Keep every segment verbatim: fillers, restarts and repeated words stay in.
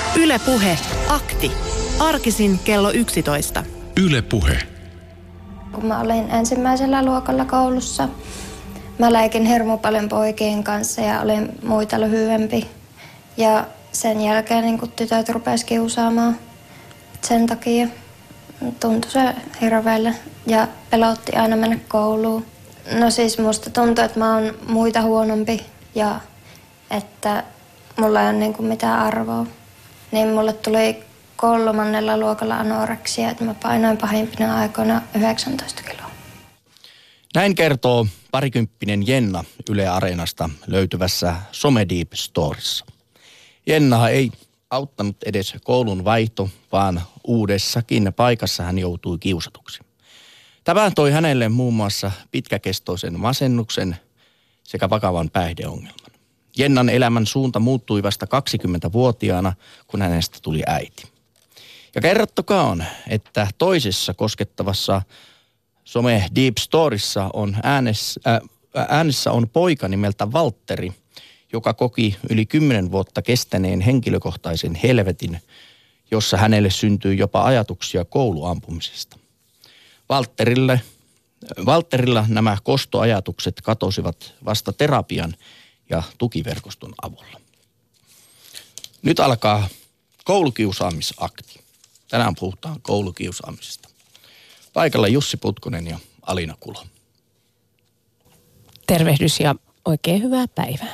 Yle Puhe. Akti. Arkisin kello yksitoista. Yle Puhe. Kun mä olin ensimmäisellä luokalla koulussa, mä leikin hirmu paljon poikien kanssa ja olin muita lyhyempi. Ja sen jälkeen niin kun tytöt rupesi kiusaamaan sen takia. Tuntui se hirveelle ja pelotti aina mennä kouluun. No siis musta tuntui, että mä oon muita huonompi ja että mulla ei ole niin kuin mitään arvoa. Niin mulle tuli kolmannella luokalla anoreksia, että mä painoin pahimpina aikoina yhdeksäntoista kiloa. Näin kertoo parikymppinen Jenna Yle Areenasta löytyvässä Some Deep Storissa. Jenna ei auttanut edes koulun vaihto, vaan uudessakin paikassa hän joutui kiusatuksi. Tämä toi hänelle muun muassa pitkäkestoisen masennuksen sekä vakavan päihdeongelman. Jennan elämän suunta muuttui vasta kaksikymmentävuotiaana, kun hänestä tuli äiti. Ja kerrottakoon, että toisessa koskettavassa Some Deep Storissa on äänessä, äh, äänessä on poika nimeltä Valtteri, joka koki yli kymmenen vuotta kestäneen henkilökohtaisen helvetin, jossa hänelle syntyi jopa ajatuksia kouluampumisesta. Valtterille, Valtterilla nämä kostoajatukset katosivat vasta terapian ja tukiverkoston avulla. Nyt alkaa koulukiusaamisakti. Tänään puhutaan koulukiusaamisesta. Paikalla Jussi Putkonen ja Alina Kulo. Tervehdys ja oikein hyvää päivää.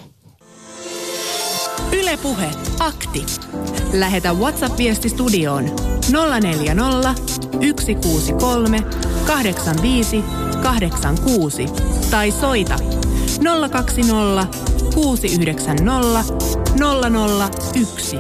Yle Puhe. Akti. Lähetä WhatsApp-viesti studioon nolla neljä nolla, yksi kuusi kolme, kahdeksan viisi, kahdeksan kuusi tai soita nolla kaksi nolla, kuusi yhdeksän nolla, nolla nolla yksi.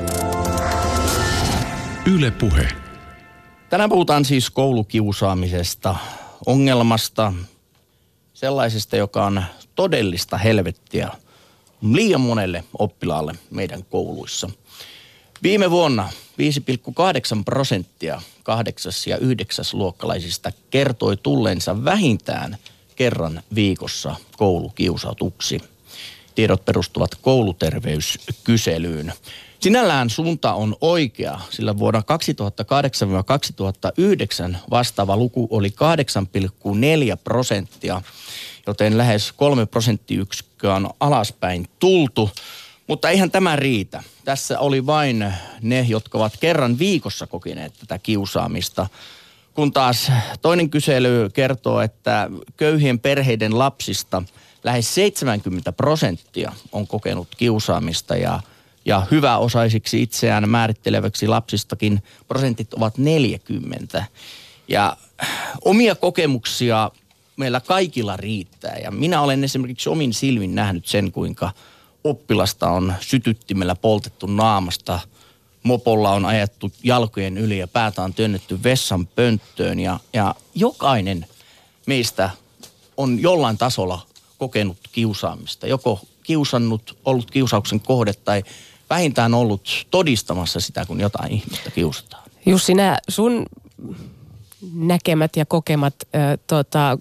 Yle Puhe. Tänään puhutaan siis koulukiusaamisesta, ongelmasta, sellaisesta, joka on todellista helvettiä liian monelle oppilaalle meidän kouluissa. Viime vuonna viisi pilkku kahdeksan prosenttia kahdeksas- ja yhdeksäs luokkalaisista kertoi tulleensa vähintään kerran viikossa koulukiusatuksi. Tiedot perustuvat kouluterveyskyselyyn. Sinällään suunta on oikea, sillä vuonna kaksituhattakahdeksan kaksituhattayhdeksän vastaava luku oli kahdeksan pilkku neljä prosenttia, joten lähes kolme prosenttiyksikköä on alaspäin tultu. Mutta eihän tämä riitä. Tässä oli vain ne, jotka ovat kerran viikossa kokeneet tätä kiusaamista. Kun taas toinen kysely kertoo, että köyhien perheiden lapsista lähes seitsemänkymmentä prosenttia on kokenut kiusaamista ja, ja hyväosaisiksi itseään määritteleväksi lapsistakin prosentit ovat neljäkymmentä. Ja omia kokemuksia meillä kaikilla riittää ja minä olen esimerkiksi omin silmin nähnyt sen, kuinka oppilasta on sytyttimellä poltettu naamasta, mopolla on ajettu jalkojen yli ja päätä on työnnetty vessan pönttöön ja, ja jokainen meistä on jollain tasolla kokenut kiusaamista. Joko kiusannut, ollut kiusauksen kohde tai vähintään ollut todistamassa sitä, kun jotain ihmistä kiusataan. Jussi, nämä sun näkemät ja kokemat äh, tota,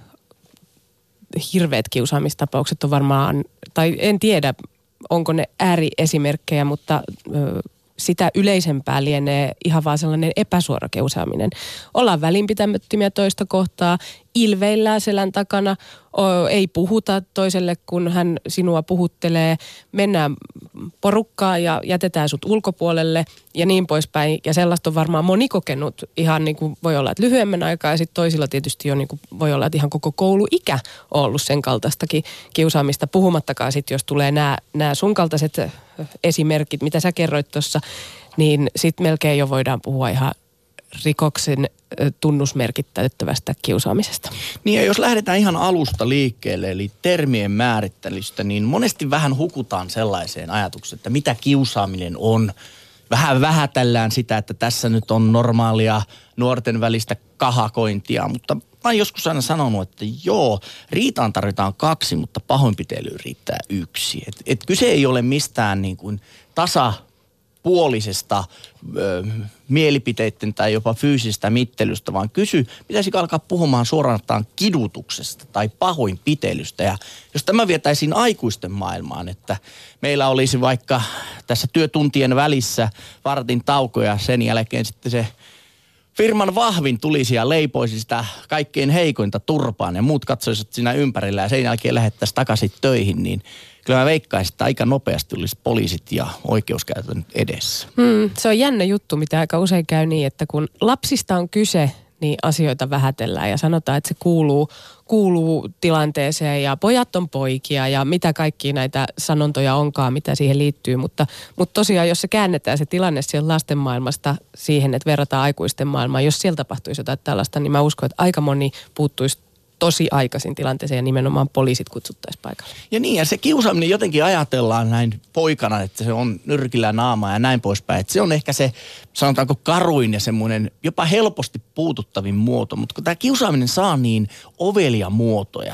hirveät kiusaamistapaukset on varmaan, tai en tiedä, onko ne ääriesimerkkejä, mutta äh, sitä yleisempää lienee ihan vaan sellainen epäsuora kiusaaminen. Ollaan välinpitämättömiä toista kohtaa, ilveillään selän takana, o, ei puhuta toiselle, kun hän sinua puhuttelee, mennään porukkaan ja jätetään sut ulkopuolelle ja niin poispäin. Ja sellaista on varmaan moni kokenut ihan niin kuin voi olla, että lyhyemmän aikaa ja sitten toisilla tietysti jo niin kuin voi olla, että ihan koko kouluikä on ollut sen kaltaistakin kiusaamista. Puhumattakaan sitten, jos tulee nämä, nämä sun kaltaiset esimerkit, mitä sä kerroit tuossa, niin sitten melkein jo voidaan puhua ihan rikoksen tunnusmerkit täyttävästä kiusaamisesta. Niin ja jos lähdetään ihan alusta liikkeelle, eli termien määrittelystä, niin monesti vähän hukutaan sellaiseen ajatukseen, että mitä kiusaaminen on. Vähän vähätellään sitä, että tässä nyt on normaalia nuorten välistä kahakointia, mutta mä oon joskus aina sanonut, että joo, riitaan tarvitaan kaksi, mutta pahoinpitelyyn riittää yksi. Et, et kyse ei ole mistään niin kuin tasa puolisesta ö, mielipiteiden tai jopa fyysisestä mittelystä, vaan kysy, pitäisikö alkaa puhumaan suoraan kidutuksesta tai pahoinpitelystä. Ja jos tämä vietäisiin aikuisten maailmaan, että meillä olisi vaikka tässä työtuntien välissä vartin tauko ja sen jälkeen sitten se firman vahvin tulisi ja leipoisi sitä kaikkein heikointa turpaan ja muut katsoisivat siinä ympärillä ja sen jälkeen lähettäisiin takaisin töihin, niin kyllä mä veikkaisin, että aika nopeasti olisi poliisit ja oikeuskäytön edessä. Hmm, se on jännä juttu, mitä aika usein käy niin, että kun lapsista on kyse, niin asioita vähätellään ja sanotaan, että se kuuluu, kuuluu tilanteeseen ja pojat on poikia ja mitä kaikkia näitä sanontoja onkaan, mitä siihen liittyy. Mutta, mutta tosiaan, jos se käännetään se tilanne sieltä lasten maailmasta siihen, että verrataan aikuisten maailmaan, jos siellä tapahtuisi jotain tällaista, niin mä uskon, että aika moni puuttuisi tosi aikaisin tilanteeseen ja nimenomaan poliisit kutsuttaisiin paikalle. Ja niin, ja se kiusaaminen jotenkin ajatellaan näin poikana, että se on nyrkillä naama ja näin poispäin. Että se on ehkä se, sanotaanko karuin ja semmoinen jopa helposti puututtavin muoto. Mutta kun tämä kiusaaminen saa niin ovelia muotoja,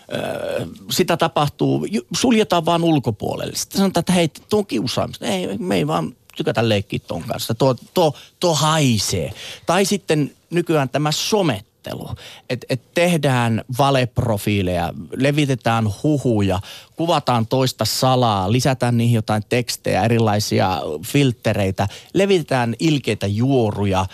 öö, sitä tapahtuu, suljetaan vaan ulkopuolelle. Sitten sanotaan, että hei, tuo on kiusaamista. Ei, me ei vaan tykätä leikkiä ton kanssa. Tuo, tuo, tuo haisee. Tai sitten nykyään tämä somet. Että et tehdään valeprofiileja, levitetään huhuja, kuvataan toista salaa, lisätään niihin jotain tekstejä, erilaisia filttereitä, levitetään ilkeitä juoruja,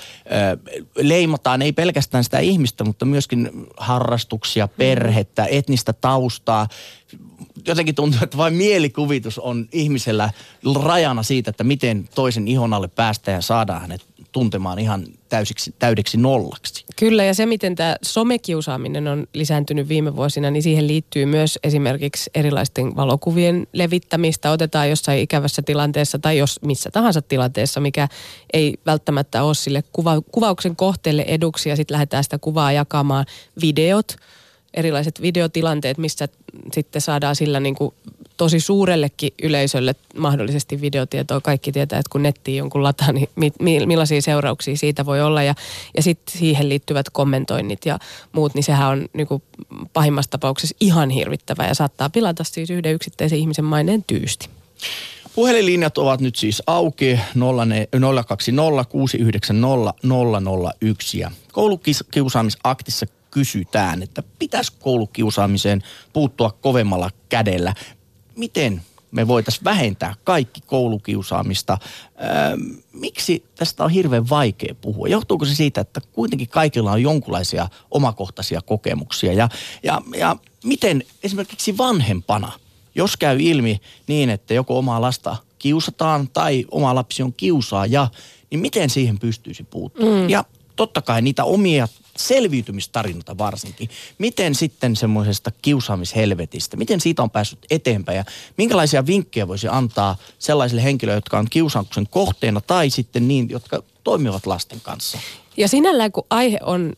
leimataan ei pelkästään sitä ihmistä, mutta myöskin harrastuksia, perhettä, etnistä taustaa. Jotenkin tuntuu, että vain mielikuvitus on ihmisellä rajana siitä, että miten toisen ihon alle päästään ja saadaan hänet tuntemaan ihan täysiksi, täydeksi nollaksi. Kyllä, ja se miten tämä somekiusaaminen on lisääntynyt viime vuosina, niin siihen liittyy myös esimerkiksi erilaisten valokuvien levittämistä. Otetaan jossain ikävässä tilanteessa tai jos missä tahansa tilanteessa, mikä ei välttämättä ole sille kuva, kuvauksen kohteelle eduksi ja sitten lähdetään sitä kuvaa jakamaan. Videot, erilaiset videotilanteet, missä sitten saadaan sillä niin kuin tosi suurellekin yleisölle mahdollisesti videotietoa. Kaikki tietää, että kun nettiin jonkun lataa, niin mi, mi, millaisia seurauksia siitä voi olla. Ja, ja sitten siihen liittyvät kommentoinnit ja muut, niin sehän on niin kuin pahimmassa tapauksessa ihan hirvittävää ja saattaa pilata siis yhden yksittäisen ihmisen maineen tyysti. Puhelinlinjat ovat nyt siis auki nolla kaksi nolla kuusi yhdeksän nolla nolla nolla yksi ja koulukiusaamisaktissa kysytään, että pitäisi koulukiusaamiseen puuttua kovemmalla kädellä. Miten me voitaisiin vähentää kaikki koulukiusaamista? Öö, miksi tästä on hirveän vaikea puhua? Johtuuko se siitä, että kuitenkin kaikilla on jonkinlaisia omakohtaisia kokemuksia? Ja, ja, ja miten esimerkiksi vanhempana, jos käy ilmi niin, että joko omaa lasta kiusataan tai oma lapsi on kiusaaja, niin miten siihen pystyisi puuttumaan? Mm. Ja totta kai niitä omia selviytymistarinoita varsinkin. Miten sitten semmoisesta kiusaamishelvetistä, miten siitä on päässyt eteenpäin ja minkälaisia vinkkejä voisi antaa sellaisille henkilöille, jotka on kiusauksen kohteena tai sitten niin, jotka toimivat lasten kanssa? Ja sinällään kun aihe on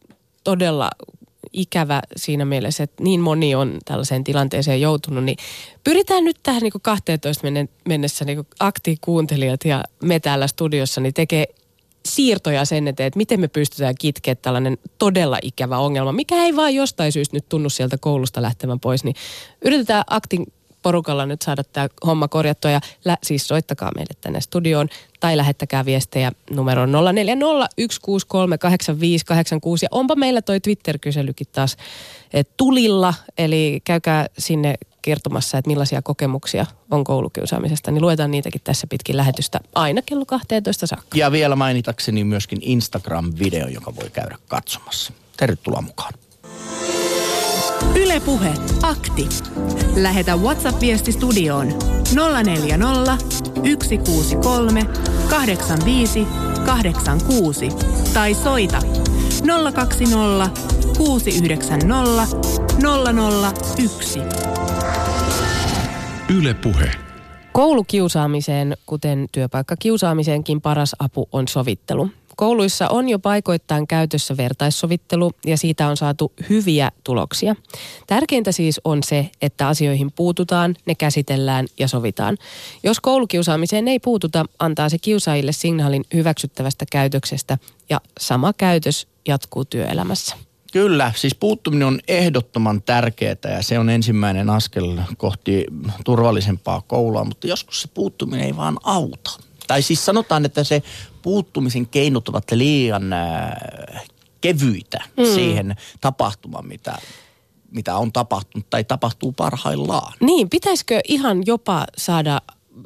todella ikävä siinä mielessä, että niin moni on tällaiseen tilanteeseen joutunut, niin pyritään nyt tähän niin kuin kahteentoista mennessä niin kuin aktiikuuntelijat ja me täällä studiossa niin tekee siirtoja sen eteen, että miten me pystytään kitkeä tällainen todella ikävä ongelma, mikä ei vaan jostain syystä nyt tunnu sieltä koulusta lähtemään pois, niin yritetään aktin porukalla nyt saada tämä homma korjattua ja lä- siis soittakaa meille tänne studioon tai lähettäkää viestejä numeroon nolla neljä nolla yksi kuusi kolme kahdeksan viisi kahdeksan kuusi ja onpa meillä toi Twitter-kyselykin taas tulilla, eli käykää sinne kertomassa, että millaisia kokemuksia on koulukiusaamisesta, niin luetaan niitäkin tässä pitkin lähetystä aina kello kaksitoista saakka. Ja vielä mainitakseni myöskin Instagram-video, joka voi käydä katsomassa. Tervetuloa mukaan. Yle Puhe, akti. Lähetä WhatsApp-viesti studioon nolla neljä nolla yksi kuusi kolme kahdeksan viisi kahdeksan kuusi tai soita nolla kaksi nolla kuusi yhdeksän nolla nolla nolla yksi. Yle Puhe. Koulukiusaamiseen, kuten työpaikkakiusaamiseenkin, paras apu on sovittelu. Kouluissa on jo paikoittain käytössä vertaissovittelu ja siitä on saatu hyviä tuloksia. Tärkeintä siis on se, että asioihin puututaan, ne käsitellään ja sovitaan. Jos koulukiusaamiseen ei puututa, antaa se kiusaajille signaalin hyväksyttävästä käytöksestä ja sama käytös jatkuu työelämässä. Kyllä, siis puuttuminen on ehdottoman tärkeää ja se on ensimmäinen askel kohti turvallisempaa koulua, mutta joskus se puuttuminen ei vaan auta. Tai siis sanotaan, että se puuttumisen keinot ovat liian äh, kevyitä mm. siihen tapahtumaan, mitä, mitä on tapahtunut tai tapahtuu parhaillaan. Niin, pitäisikö ihan jopa saada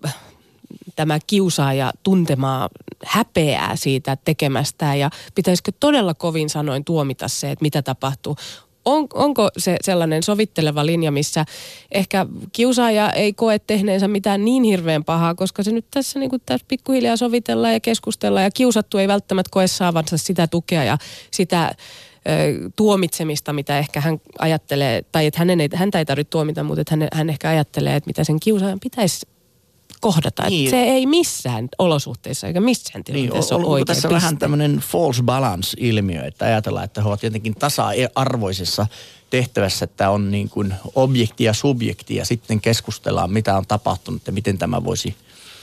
tämä kiusaaja tuntemaan häpeää siitä tekemästään ja pitäisikö todella kovin sanoin tuomita se, että mitä tapahtuu? On, onko se sellainen sovitteleva linja, missä ehkä kiusaaja ei koe tehneensä mitään niin hirveän pahaa, koska se nyt tässä, niin kuin tässä pikkuhiljaa sovitellaan ja keskustellaan ja kiusattu ei välttämättä koe saavansa sitä tukea ja sitä ö, tuomitsemista, mitä ehkä hän ajattelee, tai että hänen ei, häntä ei tarvitse tuomita, mutta että hän, hän ehkä ajattelee, että mitä sen kiusaajan pitäisi kohdata. Niin. Että se ei missään olosuhteissa eikä missään tilanteessa niin, ole oikein tässä piste. Vähän tämmöinen false balance-ilmiö, että ajatellaan, että he ovat jotenkin tasa-arvoisessa tehtävässä, että on niin kuin objekti ja subjekti ja sitten keskustellaan, mitä on tapahtunut ja miten tämä voisi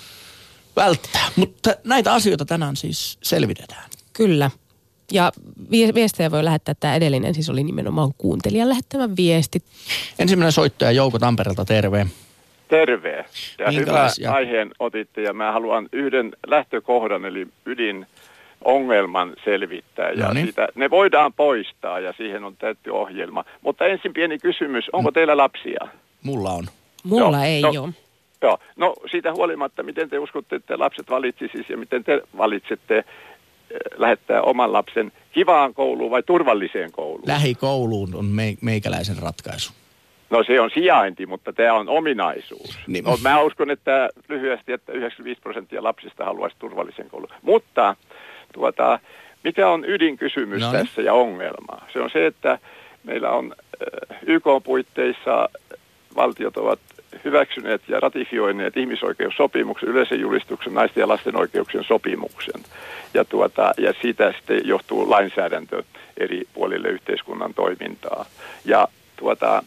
välttää. Mutta näitä asioita tänään siis selvitetään. Kyllä. Ja viestejä voi lähettää, tämä edellinen siis oli nimenomaan kuuntelijan lähettämä viesti. Ensimmäinen soittaja Jouko Tampereelta, terve. Terve. Ja Minkälaisia? hyvän aiheen otitte ja mä haluan yhden lähtökohdan eli ydinongelman selvittää. Ja sitä, ne voidaan poistaa ja siihen on tehty ohjelma. Mutta ensin pieni kysymys, onko teillä lapsia? Mulla on. Mulla joo, ei no, ole. Joo, no siitä huolimatta, miten te uskotte, että lapset valitsisivat ja miten te valitsette lähettää oman lapsen kivaan kouluun vai turvalliseen kouluun? Lähikouluun on me, meikäläisen ratkaisu. No se on sijainti, mutta tämä on ominaisuus. Niin. No, mä uskon, että lyhyesti, että yhdeksänkymmentäviisi prosenttia lapsista haluaisi turvallisen koulun. Mutta tuota, mikä on ydinkysymys no, tässä ja ongelma? Se on se, että meillä on äh, Y K-puitteissa valtiot ovat hyväksyneet ja ratifioineet ihmisoikeussopimuksen, yleisen julistuksen, naisten ja lasten oikeuksien sopimuksen. Ja, tuota, ja siitä sitten johtuu lainsäädäntö eri puolille yhteiskunnan toimintaa. Ja tuota...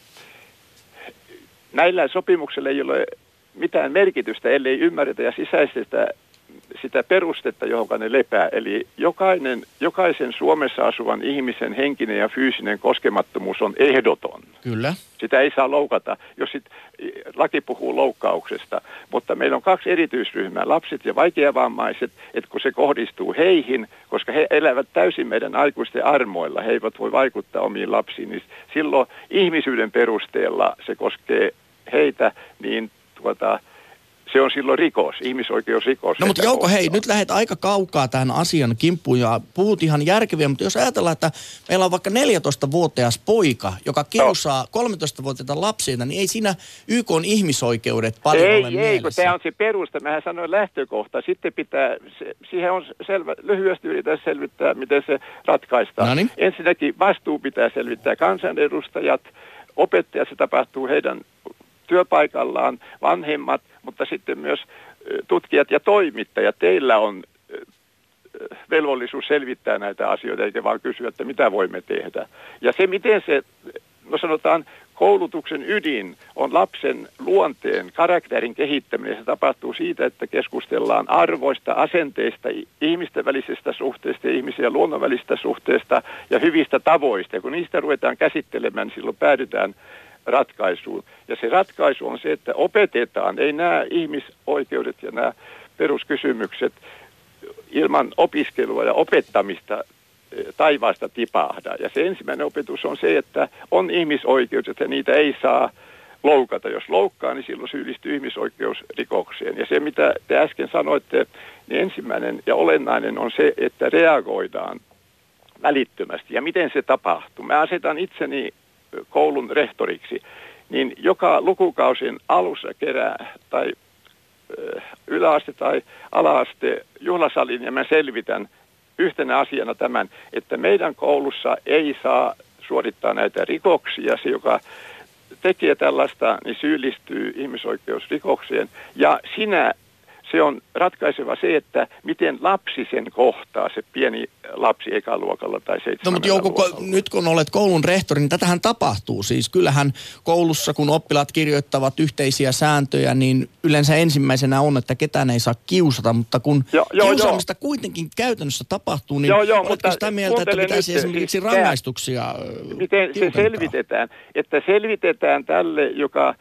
Näillä sopimuksilla ei ole mitään merkitystä, ellei ymmärretä ja sisäistetä sitä perustetta, johon ne lepää. Eli jokainen, jokaisen Suomessa asuvan ihmisen henkinen ja fyysinen koskemattomuus on ehdoton. Kyllä. Sitä ei saa loukata, jos sit laki puhuu loukkauksesta. Mutta meillä on kaksi erityisryhmää, lapset ja vaikeavammaiset, että kun se kohdistuu heihin, koska he elävät täysin meidän aikuisten armoilla, he eivät voi vaikuttaa omiin lapsiin, niin silloin ihmisyyden perusteella se koskee heitä, niin tuota... Se on silloin rikos, ihmisoikeusrikos. No mutta Jouko, hei, nyt lähdet aika kaukaa tähän asian kimppuun ja puhut ihan järkeviä, mutta jos ajatellaan, että meillä on vaikka neljätoistavuotias poika, joka kiusaa kolmetoistavuotiaita lapsia, niin ei siinä Y K:n ihmisoikeudet paljon ei, ole ei, mielessä. Ei, kun tämä on se perusta. Mähän sanoin lähtökohta. Sitten pitää, se, siihen on selvä, lyhyesti yritän selvittää, miten se ratkaistaan. Noniin. Ensinnäkin vastuu pitää selvittää kansanedustajat, opettajat, se tapahtuu heidän työpaikallaan, vanhemmat, mutta sitten myös tutkijat ja toimittajat. Teillä on velvollisuus selvittää näitä asioita, eikä vaan kysyä, että mitä voimme tehdä. Ja se, miten se, no sanotaan, koulutuksen ydin on lapsen luonteen, karakterin kehittäminen. Se tapahtuu siitä, että keskustellaan arvoista, asenteista, ihmisten välisestä suhteesta ja ihmisen ja luonnon välisestä suhteesta ja hyvistä tavoista. Ja kun niistä ruvetaan käsittelemään, niin silloin päädytään ratkaisuun. Ja se ratkaisu on se, että opetetaan, ei nämä ihmisoikeudet ja nämä peruskysymykset ilman opiskelua ja opettamista taivaasta tipahda. Ja se ensimmäinen opetus on se, että on ihmisoikeudet ja niitä ei saa loukata. Jos loukkaa, niin silloin syyllistyy ihmisoikeusrikokseen. Ja se, mitä te äsken sanoitte, niin ensimmäinen ja olennainen on se, että reagoidaan välittömästi. Ja miten se tapahtuu? Mä asetan itseni koulun rehtoriksi, niin joka lukukausin alussa kerää tai yläaste tai alaaste juhlasalin ja mä selvitän yhtenä asiana tämän, että meidän koulussa ei saa suorittaa näitä rikoksia. Se, joka tekee tällaista, niin syyllistyy ihmisoikeusrikokseen ja sinä se on ratkaiseva se, että miten lapsi sen kohtaa, se pieni lapsi ekaluokalla tai seitsemännellä No mutta Jouko, luokalla. nyt kun olet koulun rehtori, niin tätähän tapahtuu. Siis kyllähän koulussa, kun oppilaat kirjoittavat yhteisiä sääntöjä, niin yleensä ensimmäisenä on, että ketään ei saa kiusata. Mutta kun jo, jo, kiusaamista jo. kuitenkin käytännössä tapahtuu, niin jo, jo, oletko sitä mieltä, että pitäisi nyt, esimerkiksi siis rangaistuksia miten tiukentaa? se selvitetään? Että selvitetään tälle, joka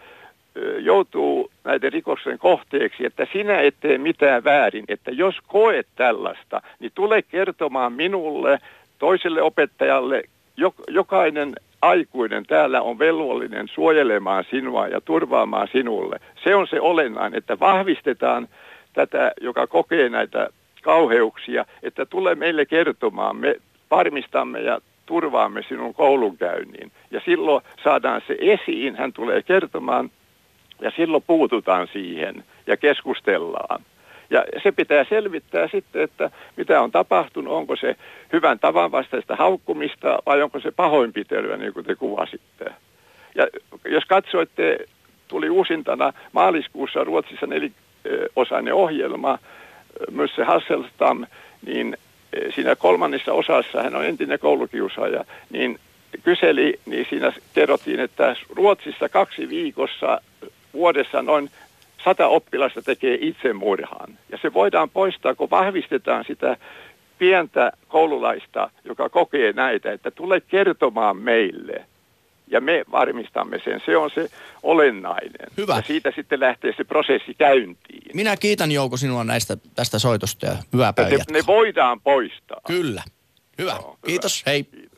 joutuu näiden rikoksen kohteeksi, että sinä et tee mitään väärin, että jos koet tällaista, niin tule kertomaan minulle, toiselle opettajalle, jokainen aikuinen täällä on velvollinen suojelemaan sinua ja turvaamaan sinulle. Se on se olennainen, että vahvistetaan tätä, joka kokee näitä kauheuksia, että tule meille kertomaan, me varmistamme ja turvaamme sinun koulunkäynnin. Ja silloin saadaan se esiin, hän tulee kertomaan ja silloin puututaan siihen ja keskustellaan. Ja se pitää selvittää sitten, että mitä on tapahtunut, onko se hyvän tavan vastaista haukkumista vai onko se pahoinpitelyä, niin kuin te kuvasitte. Ja jos katsoitte, tuli uusintana maaliskuussa Ruotsissa neliosainen ohjelma, myös se Hasselstam, niin siinä kolmannessa osassa, hän on entinen koulukiusaaja, niin kyseli, niin siinä kerrottiin, että Ruotsissa kaksi viikossa vuodessa noin sata oppilasta tekee itsemurhan. Ja se voidaan poistaa, kun vahvistetaan sitä pientä koululaista, joka kokee näitä, että tule kertomaan meille. Ja me varmistamme sen. Se on se olennainen. Hyvä. Ja siitä sitten lähtee se prosessi käyntiin. Minä kiitän Jouko sinua näistä, tästä soitosta ja hyvää päivää. Ne, ne voidaan poistaa. Kyllä. Hyvä. No, Kiitos. Hyvä. Hei. Kiitos.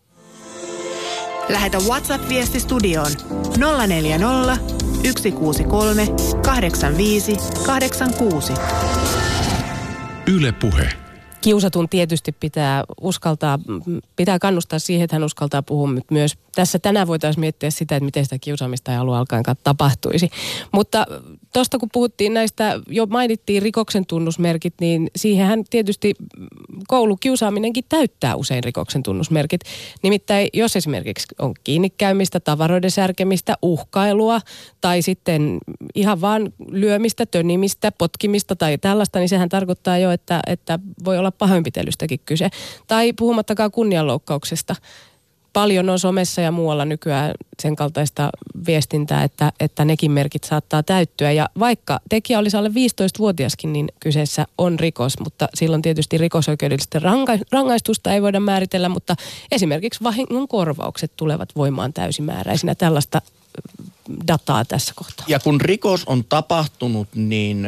Lähetä WhatsApp-viesti studioon nolla neljä nolla, yksi kuusi kolme, kahdeksan viisi, kahdeksan kuusi. Yle Puhe. Kiusatun tietysti pitää uskaltaa, pitää kannustaa siihen, että hän uskaltaa puhua myös. Tässä tänään voitaisiin miettiä sitä, että miten sitä kiusaamista ei alun alkaenkaan tapahtuisi. Mutta tuosta kun puhuttiin näistä, jo mainittiin rikoksen tunnusmerkit, niin siihenhän tietysti koulukiusaaminenkin täyttää usein rikoksen tunnusmerkit. Nimittäin jos esimerkiksi on kiinnikäymistä, tavaroiden särkemistä, uhkailua tai sitten ihan vaan lyömistä, tönimistä, potkimista tai tällaista, niin sehän tarkoittaa jo, että, että voi olla pahoinpitelystäkin kyse. Tai puhumattakaan kunnianloukkauksesta. Paljon on somessa ja muualla nykyään sen kaltaista viestintää, että, että nekin merkit saattaa täyttyä. Ja vaikka tekijä olisi alle viisitoistavuotiaskin, niin kyseessä on rikos, mutta silloin tietysti rikosoikeudellista rangaistusta ei voida määritellä, mutta esimerkiksi vahingonkorvaukset tulevat voimaan täysimääräisinä. Tällaista dataa tässä kohtaa. Ja kun rikos on tapahtunut, niin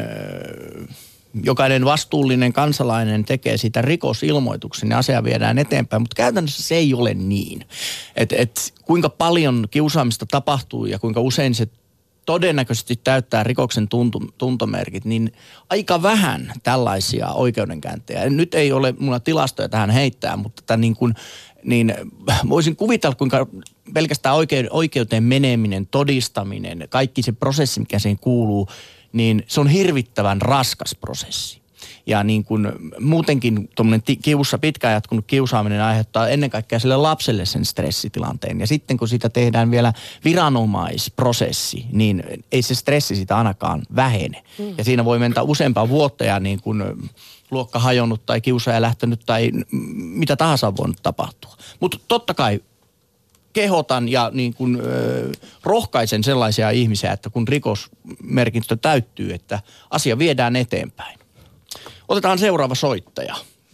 jokainen vastuullinen kansalainen tekee siitä rikosilmoituksen ja asia viedään eteenpäin, mutta käytännössä se ei ole niin. Että et, kuinka paljon kiusaamista tapahtuu ja kuinka usein se todennäköisesti täyttää rikoksen tuntu, tuntomerkit, niin aika vähän tällaisia oikeudenkäyntejä. Nyt ei ole mulla tilastoja tähän heittää, mutta tämän niin kuin, niin voisin kuvitella, kuinka pelkästään oikeuteen meneminen, todistaminen, kaikki se prosessi, mikä siihen kuuluu, niin se on hirvittävän raskas prosessi. Ja niin kuin muutenkin tuommoinen kiussa, pitkään jatkunut kiusaaminen aiheuttaa ennen kaikkea sille lapselle sen stressitilanteen. Ja sitten kun sitä tehdään vielä viranomaisprosessi, niin ei se stressi sitä ainakaan vähene. Mm. Ja siinä voi mennä useampaa vuotta ja niin kuin luokka hajonnut tai kiusaaja lähtenyt tai mitä tahansa on voinut tapahtua. Mutta totta kai kehotan ja niin kuin, ö, rohkaisen sellaisia ihmisiä, että kun rikosmerkintö täyttyy, että asia viedään eteenpäin. Otetaan seuraava soittaja.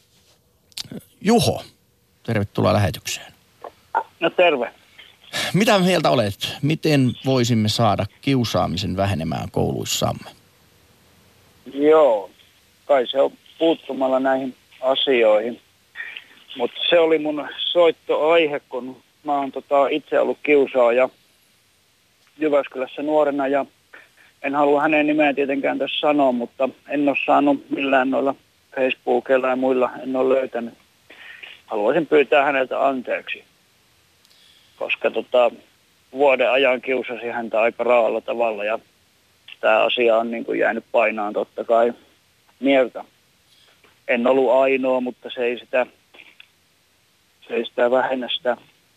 Juho, tervetuloa lähetykseen. No terve. Mitä mieltä olet? Miten voisimme saada kiusaamisen vähenemään kouluissamme? Joo, kai se on puuttumalla näihin asioihin. Mutta se oli mun soittoaihe, kun mä oon tota, itse ollut kiusaaja Jyväskylässä nuorena ja en halua hänen nimeä tietenkään tässä sanoa, mutta en ole saanut millään noilla Facebookilla ja muilla, en ole löytänyt. Haluaisin pyytää häneltä anteeksi, koska tota, vuoden ajan kiusasi häntä aika raalla tavalla ja tämä asia on niin kuin jäänyt painaan totta kai mieltä. En ollut ainoa, mutta se ei sitä, se ei sitä vähennä sitä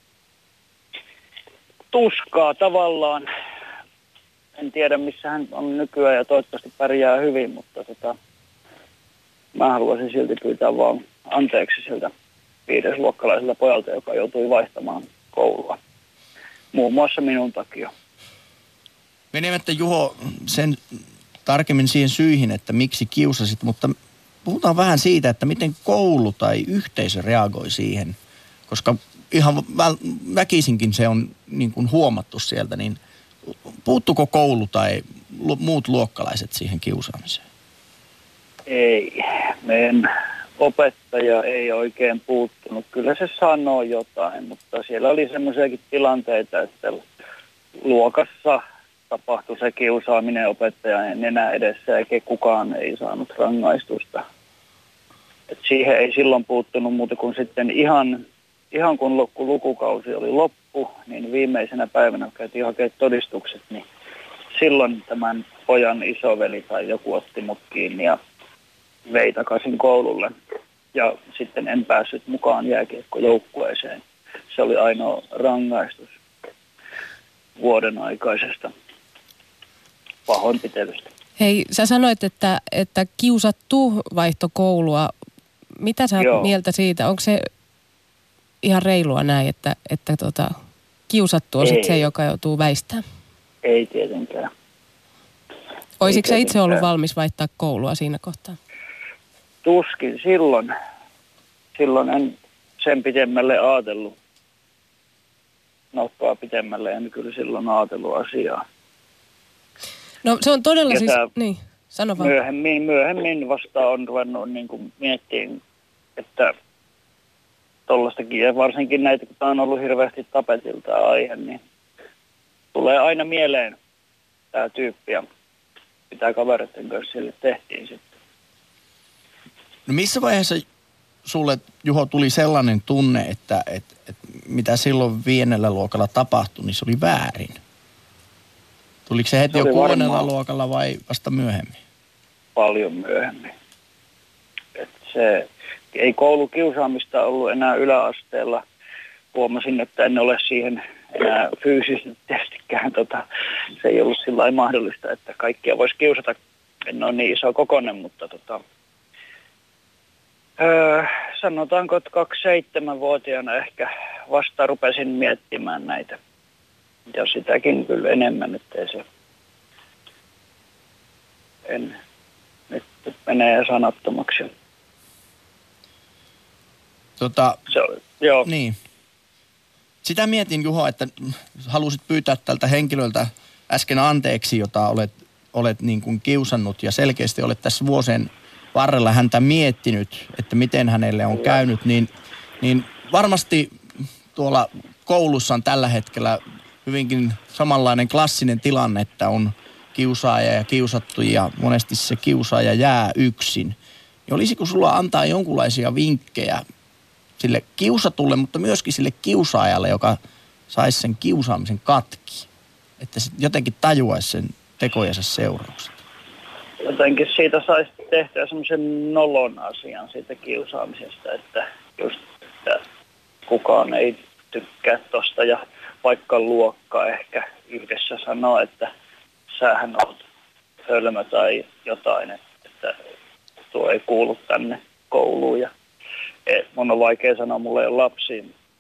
tuskaa tavallaan. En tiedä, missä hän on nykyään ja toivottavasti pärjää hyvin, mutta tota, mä haluaisin silti pyytää vaan anteeksi siltä viidesluokkalaiselta pojalta, joka joutui vaihtamaan koulua. Muun muassa minun takia. Menemättä Juho sen tarkemmin siihen syihin, että miksi kiusasit, mutta puhutaan vähän siitä, että miten koulu tai yhteisö reagoi siihen, koska ihan väkisinkin se on niin kuin huomattu sieltä, niin puuttuko koulu tai lu, muut luokkalaiset siihen kiusaamiseen? Ei, meidän opettaja ei oikein puuttunut. Kyllä se sanoo jotain, mutta siellä oli semmoisiakin tilanteita, että luokassa tapahtui se kiusaaminen opettajan nenä edessä eikä kukaan ei saanut rangaistusta. Et siihen ei silloin puuttunut muuta kuin sitten ihan, ihan kun loppu, lukukausi oli loppu, niin viimeisenä päivänä käytiin hakemaan todistukset, niin silloin tämän pojan isoveli tai joku otti mut kiinni ja vei takaisin koululle. Ja sitten en päässyt mukaan jääkiekkojoukkueeseen. Se oli ainoa rangaistus vuoden aikaisesta pahoinpitelystä. Hei, sä sanoit, että, että kiusattu vaihto koulua. Mitä sä oot mieltä siitä? Onko se ihan reilua näin, että, että tota, kiusattu on sit se, joka joutuu väistämään? Ei tietenkään. Oisitko sä itse ollut valmis vaihtaa koulua siinä kohtaa? Tuskin silloin. Silloin en sen pitemmälle ajatellut. Nokkaa pitemmälle en kyllä silloin ajatellut asiaa. No se on todella ja siis, niin, sano vaan. Myöhemmin, myöhemmin vasta on ruvennut niin kuin miettimään, että tollastakin, ja varsinkin näitä, kun tämä on ollut hirveästi tapetilta aihe, niin tulee aina mieleen tämä tyyppi, ja pitää kavereiden kanssa sille tehtiin sitten. No missä vaiheessa sulle, Juho, tuli sellainen tunne, että, että, että mitä silloin viidennellä luokalla tapahtui, niin se oli väärin? Tuliko se heti se jo kuudennella luokalla vai vasta myöhemmin? Paljon myöhemmin. Et se ei koulukiusaamista ollut enää yläasteella. Huomasin, että en ole siihen enää fyysisestikään. Tota, se ei ollut sillä lailla mahdollista, että kaikkia voisi kiusata. En ole niin iso kokonen, mutta tota, öö, sanotaanko, että kaksikymmentäseitsemänvuotiaana ehkä vasta rupesin miettimään näitä. Ja sitäkin kyllä enemmän, ettei se en nyt menee sanattomaksi. Tota, se oli, joo. Niin. Sitä mietin, Juho, että halusit pyytää tältä henkilöltä äsken anteeksi, jota olet, olet niin kuin kiusannut ja selkeästi olet tässä vuosien varrella häntä miettinyt, että miten hänelle on käynyt, niin, niin varmasti tuolla koulussa on tällä hetkellä hyvinkin samanlainen klassinen tilanne, että on kiusaaja ja kiusattu ja monesti se kiusaaja jää yksin. Ja olisiko sulla antaa jonkunlaisia vinkkejä sille kiusatulle, mutta myöskin sille kiusaajalle, joka saisi sen kiusaamisen katki, että se jotenkin tajuaisi sen tekojensa seuraukset? Jotenkin siitä saisi tehtyä semmoisen nolon asian siitä kiusaamisesta, että just että kukaan ei tykkää tosta ja vaikka luokka ehkä yhdessä sanoo, että sähän olet hölmö tai jotain, että tuo ei kuulu tänne kouluun. Ja mun on vaikea sanoa, mulla ei ole lapsia.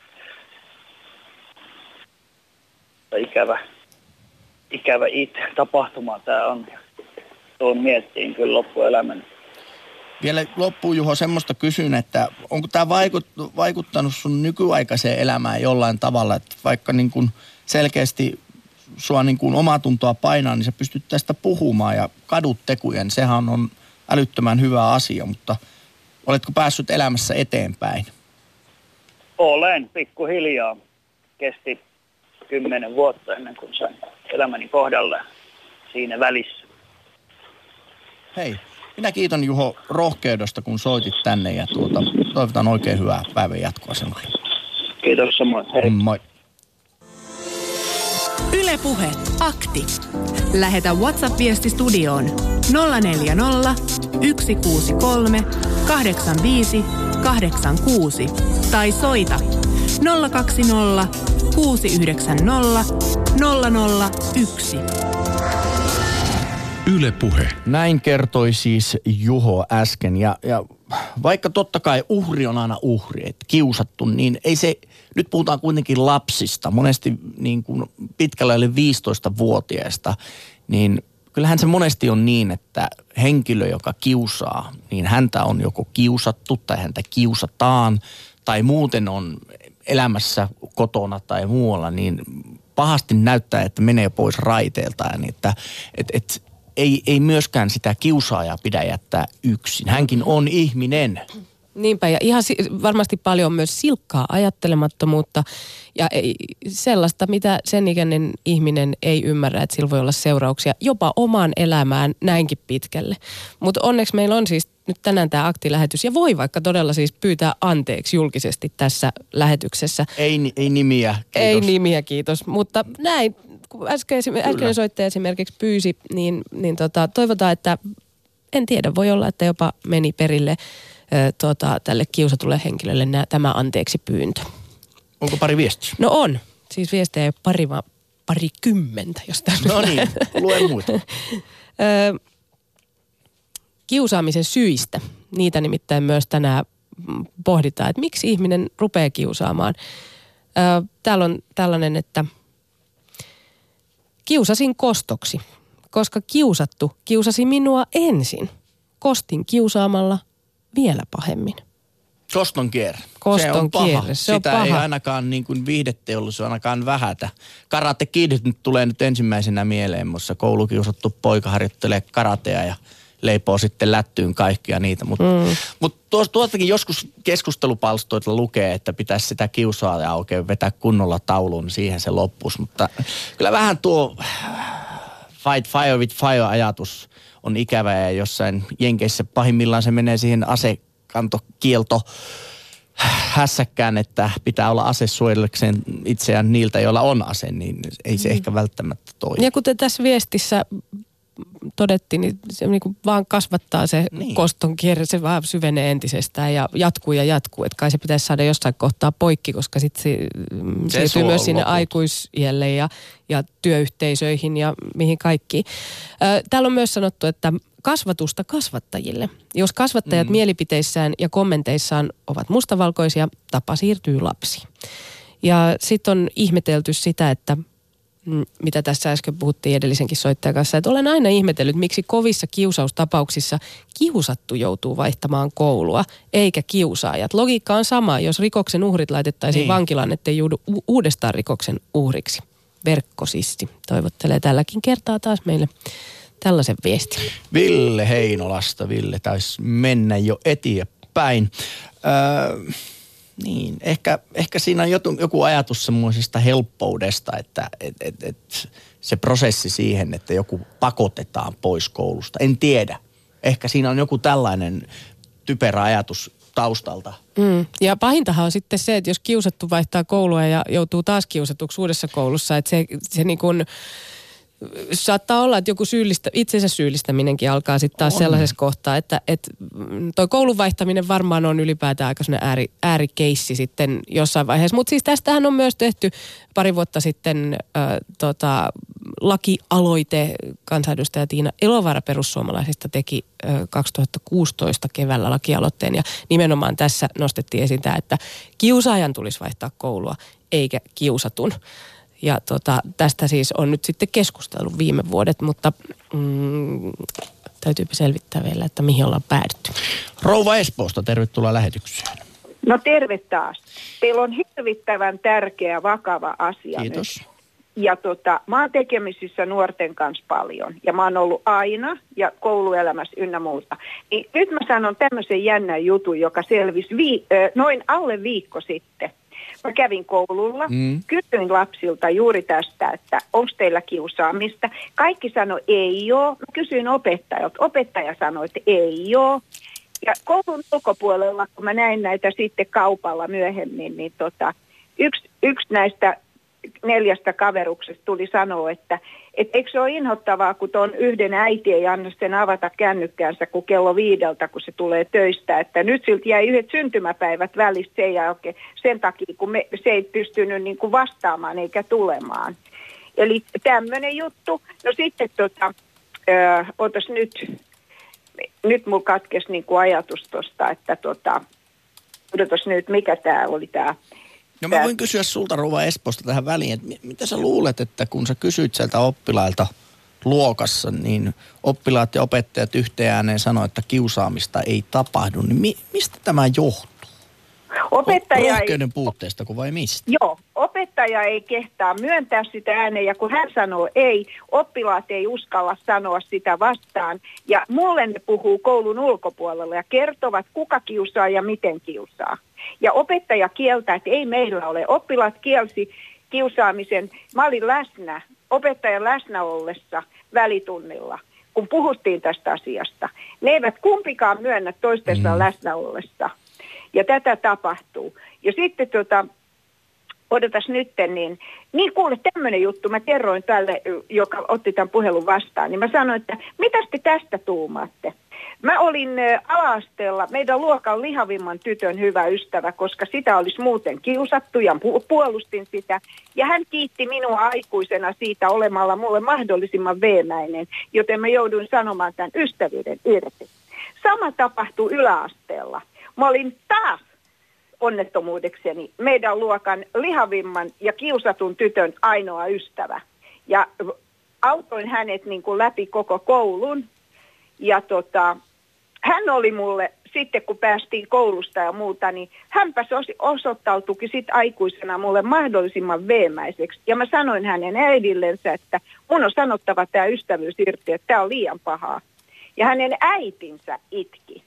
Ikävä, ikävä itse tapahtuma tämä on. Tuon miettiin kyllä loppuelämän. Vielä loppuun, Juho, semmoista kysyn, että onko tämä vaikuttanut sun nykyaikaiseen elämään jollain tavalla, että vaikka niin kuin selkeästi sua niin kuin omatuntoa painaa, niin sä pystyt tästä puhumaan ja kadut tekujen. Sehän on älyttömän hyvä asia, mutta oletko päässyt elämässä eteenpäin? Olen, pikkuhiljaa. Kesti kymmenen vuotta ennen kuin sain elämäni kohdalle siinä välissä. Hei, minä kiitän, Juho, rohkeudesta, kun soitit tänne ja tuota, toivotan oikein hyvää päivän jatkoa sellainen. Kiitos samoin. Hei. Moi. Yle Puhe, akti. Lähetä WhatsApp-viesti studioon nolla neljä nolla, yksi kuusi kolme, kahdeksan viisi, kahdeksan kuusi tai soita nolla kaksi nolla, kuusi yhdeksän nolla, nolla nolla yksi. Yle Puhe. Näin kertoi siis Juho äsken ja, ja vaikka totta kai uhri on aina uhri, että kiusattu, niin ei se, nyt puhutaan kuitenkin lapsista, monesti niin kuin pitkällä yli viisitoistavuotiaista, niin kyllähän se monesti on niin, että henkilö, joka kiusaa, niin häntä on joko kiusattu tai häntä kiusataan tai muuten on elämässä kotona tai muualla, niin pahasti näyttää, että menee pois raiteelta. Niin että et, et, ei, ei myöskään sitä kiusaajaa pidä jättää yksin. Hänkin on ihminen. Niinpä, ja ihan varmasti paljon myös silkkaa ajattelemattomuutta ja ei, sellaista, mitä sen ikäinen ihminen ei ymmärrä, että sillä voi olla seurauksia jopa omaan elämään näinkin pitkälle. Mutta onneksi meillä on siis nyt tänään tämä aktilähetys ja voi vaikka todella siis pyytää anteeksi julkisesti tässä lähetyksessä. Ei, ei nimiä, kiitos. Ei nimiä, kiitos, mutta näin, kun äsken, äsken soittaja esimerkiksi pyysi, niin, niin tota, toivotaan, että en tiedä, voi olla, että jopa meni perille Tuota, tälle kiusatulle henkilölle nää, tämä anteeksi pyyntö. Onko pari viestiä? No on. Siis viestejä ei ole pari, vaan pari kymmentä, jos tässä No niin, luen muita. Kiusaamisen syistä. Niitä nimittäin myös tänään pohditaan, että miksi ihminen rupeaa kiusaamaan. Täällä on tällainen, että kiusasin kostoksi, koska kiusattu kiusasi minua ensin. Kostin kiusaamalla vielä pahemmin. Koston kierre. Koston se on paha. Kierre. Se Sitä on paha. ei ainakaan niin kuin viihdeteollisuus ainakaan vähätä. Karate Kid nyt tulee nyt ensimmäisenä mieleen, mussa koulukiusattu poika harjoittelee karatea ja leipoo sitten lättyyn kaikkia niitä. Mutta mm. mut tuostakin joskus keskustelupalstoilla lukee, että pitäisi sitä kiusaajaa oikein vetää kunnolla tauluun, niin siihen se loppuisi. Mutta kyllä vähän tuo fight fire with fire -ajatus on ikävä ja jossain Jenkeissä pahimmillaan se menee siihen asekantokielto hässäkkään, että pitää olla ase suojellakseen itseään niiltä, joilla on ase, niin ei se mm. ehkä välttämättä toimi. Ja kuten tässä viestissä todettiin, niin se niin kuin vaan kasvattaa se niin. Koston kierre, se vaan syvenee entisestään ja jatkuu ja jatkuu. Että kai se pitäisi saada jossain kohtaa poikki, koska sitten se, se siirtyy myös sinne loput. aikuisiälle ja, ja työyhteisöihin ja mihin kaikkiin. Täällä on myös sanottu, että kasvatusta kasvattajille. Jos kasvattajat mm. mielipiteissään ja kommenteissaan ovat mustavalkoisia, tapa siirtyy lapsi. Ja sitten on ihmetelty sitä, että mitä tässä äsken puhuttiin edellisenkin soittajan kanssa, että olen aina ihmetellyt, miksi kovissa kiusaustapauksissa kiusattu joutuu vaihtamaan koulua, eikä kiusaajat. Logiikka on sama, jos rikoksen uhrit laitettaisiin niin vankilaan, ettei joudu u- uudestaan rikoksen uhriksi. Verkkosisti toivottelee tälläkin kertaa taas meille tällaisen viestin. Ville Heinolasta. Ville taisi mennä jo eteenpäin. Öö... Niin, ehkä, ehkä siinä on joku, joku ajatus semmoisesta helppoudesta, että et, et, et se prosessi siihen, että joku pakotetaan pois koulusta. En tiedä. Ehkä siinä on joku tällainen typerä ajatus taustalta. Mm. Ja pahintahan on sitten se, että jos kiusattu vaihtaa koulua ja joutuu taas kiusatuksi uudessa koulussa, että se, se niin kuin saattaa olla, että joku syyllistä, itsensä syyllistäminenkin alkaa sitten taas on sellaisessa kohtaa, että, että toi koulun vaihtaminen varmaan on ylipäätään aika sellainen ääri, äärikeissi sitten jossain vaiheessa. Mutta siis tästähän on myös tehty pari vuotta sitten äh, tota, lakialoite. Kansanedustaja Tiina Elovaara perussuomalaisista teki äh, kaksituhattakuusitoista keväällä lakialoitteen ja nimenomaan tässä nostettiin esiin tämä, että kiusaajan tulisi vaihtaa koulua eikä kiusatun. Ja tota, tästä siis on nyt sitten keskustellut viime vuodet, mutta mm, täytyypä selvittää vielä, että mihin ollaan päädytty. Rouva Espoosta, tervetuloa lähetykseen. No terve taas. Teillä on hirvittävän tärkeä, vakava asia. Kiitos. Nyt. Ja tota, mä oon tekemisissä nuorten kanssa paljon. Ja mä oon ollut aina ja kouluelämässä ynnä muuta. Niin nyt mä sanon tämmöisen jännän jutun, joka selvisi vii, äh, noin alle viikko sitten. Mä kävin koululla, mm. kysyin lapsilta juuri tästä, että onko teillä kiusaamista. Kaikki sanoi, ei ole. Mä kysyin opettajalta. Opettaja sanoi, että ei ole. Ja koulun ulkopuolella, kun mä näin näitä sitten kaupalla myöhemmin, niin tota, yksi, yksi näistä neljästä kaveruksesta tuli sanoa, että et eikö se ole inhottavaa, kun tuon yhden äiti ei anna sen avata kännykkäänsä, kun kello viideltä, kun se tulee töistä. Että nyt siltä jäi yhdet syntymäpäivät välistä sen, jälkeen, sen takia, kun me, se ei pystynyt niin kuin vastaamaan eikä tulemaan. Eli tämmöinen juttu. No sitten tota, ö, otas nyt, nyt mulla katkesi niin kuin ajatus tuosta, että tota, odotas nyt, mikä tämä oli tämä. No mä voin kysyä sulta, rouva Espoosta, tähän väliin, että mitä sä luulet, että kun sä kysyt sieltä oppilailta luokassa, niin oppilaat ja opettajat yhteen ääneen sanoo, että kiusaamista ei tapahdu, niin mi- mistä tämä johtuu? Opettaja Rohkeuden puutteesta, kun vai mistä? Joo, op- opettaja ei kehtaa myöntää sitä ääneen ja kun hän sanoo ei, oppilaat ei uskalla sanoa sitä vastaan. Ja mulle ne puhuu koulun ulkopuolella ja kertovat kuka kiusaa ja miten kiusaa. Ja opettaja kieltää, että ei meillä ole. Oppilaat kielsi kiusaamisen. Mä olin läsnä, opettajan läsnä ollessa välitunnilla, kun puhuttiin tästä asiasta. Ne eivät kumpikaan myönnä toistensa mm. läsnä ollessa. Ja tätä tapahtuu. Ja sitten tota, odotas nytten, niin, niin kuule tämmöinen juttu, mä kerroin tälle, joka otti tämän puhelun vastaan, niin mä sanoin, että mitä te tästä tuumaatte? Mä olin ala-asteella meidän luokan lihavimman tytön hyvä ystävä, koska sitä olisi muuten kiusattu ja puolustin sitä. Ja hän kiitti minua aikuisena siitä olemalla mulle mahdollisimman veemäinen, joten mä jouduin sanomaan tämän ystävyyden irti. Sama tapahtui yläasteella. Mä olin taas onnettomuudekseni meidän luokan lihavimman ja kiusatun tytön ainoa ystävä. Ja autoin hänet niin kuin läpi koko koulun. Ja tota, hän oli mulle, sitten kun päästiin koulusta ja muuta, niin hänpäs osoittautuikin sitten aikuisena mulle mahdollisimman veemäiseksi. Ja mä sanoin hänen äidillensä, että mun on sanottava tämä ystävyys irti, että tämä on liian pahaa. Ja hänen äitinsä itki.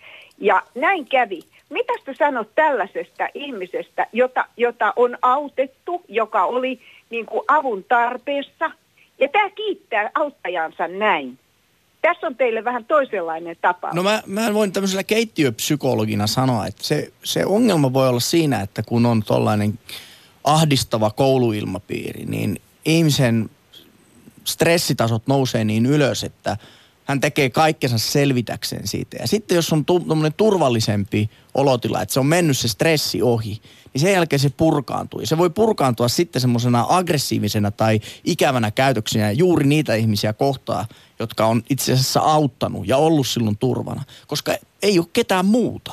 Ja näin kävi. Mitä sä sanot tällaisesta ihmisestä, jota, jota on autettu, joka oli niin kuin avun tarpeessa? Ja tämä kiittää auttajansa näin. Tässä on teille vähän toisenlainen tapaus. No mä, mä voin tämmöisellä keittiöpsykologina sanoa, että se, se ongelma voi olla siinä, että kun on tollainen ahdistava kouluilmapiiri, niin ihmisen stressitasot nousee niin ylös, että hän tekee kaikkensa selvitäkseen siitä. Ja sitten jos on tuommoinen turvallisempi olotila, että se on mennyt se stressi ohi, niin sen jälkeen se purkaantuu. Ja se voi purkaantua sitten semmoisena aggressiivisena tai ikävänä käytöksenä juuri niitä ihmisiä kohtaan, jotka on itse asiassa auttanut ja ollut silloin turvana, koska ei ole ketään muuta.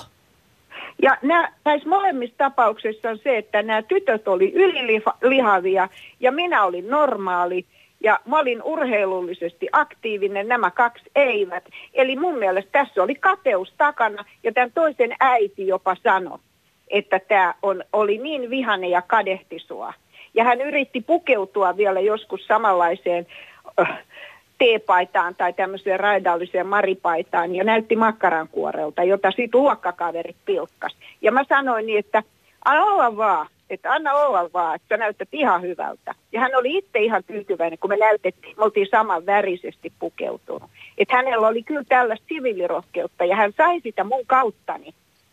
Ja nää, näissä molemmissa tapauksissa on se, että nämä tytöt oli ylilihavia ja minä olin normaali. Ja mä olin urheilullisesti aktiivinen, nämä kaksi eivät. Eli mun mielestä tässä oli kateus takana ja tämän toisen äiti jopa sanoi, että tämä on, oli niin vihane ja kadehti sua. Ja hän yritti pukeutua vielä joskus samanlaiseen äh, teepaitaan tai tämmöiseen raidalliseen maripaitaan ja näytti makkarankuorelta, jota sitten luokkakaverit pilkkas. Ja mä sanoin niin, että anna olla vaan. Että anna olla vaan, että sä näytät ihan hyvältä. Ja hän oli itse ihan tyytyväinen, kun me näytettiin, me oltiin saman värisesti pukeutunut. Että hänellä oli kyllä tällaista siviilirohkeutta ja hän sai sitä mun kauttani.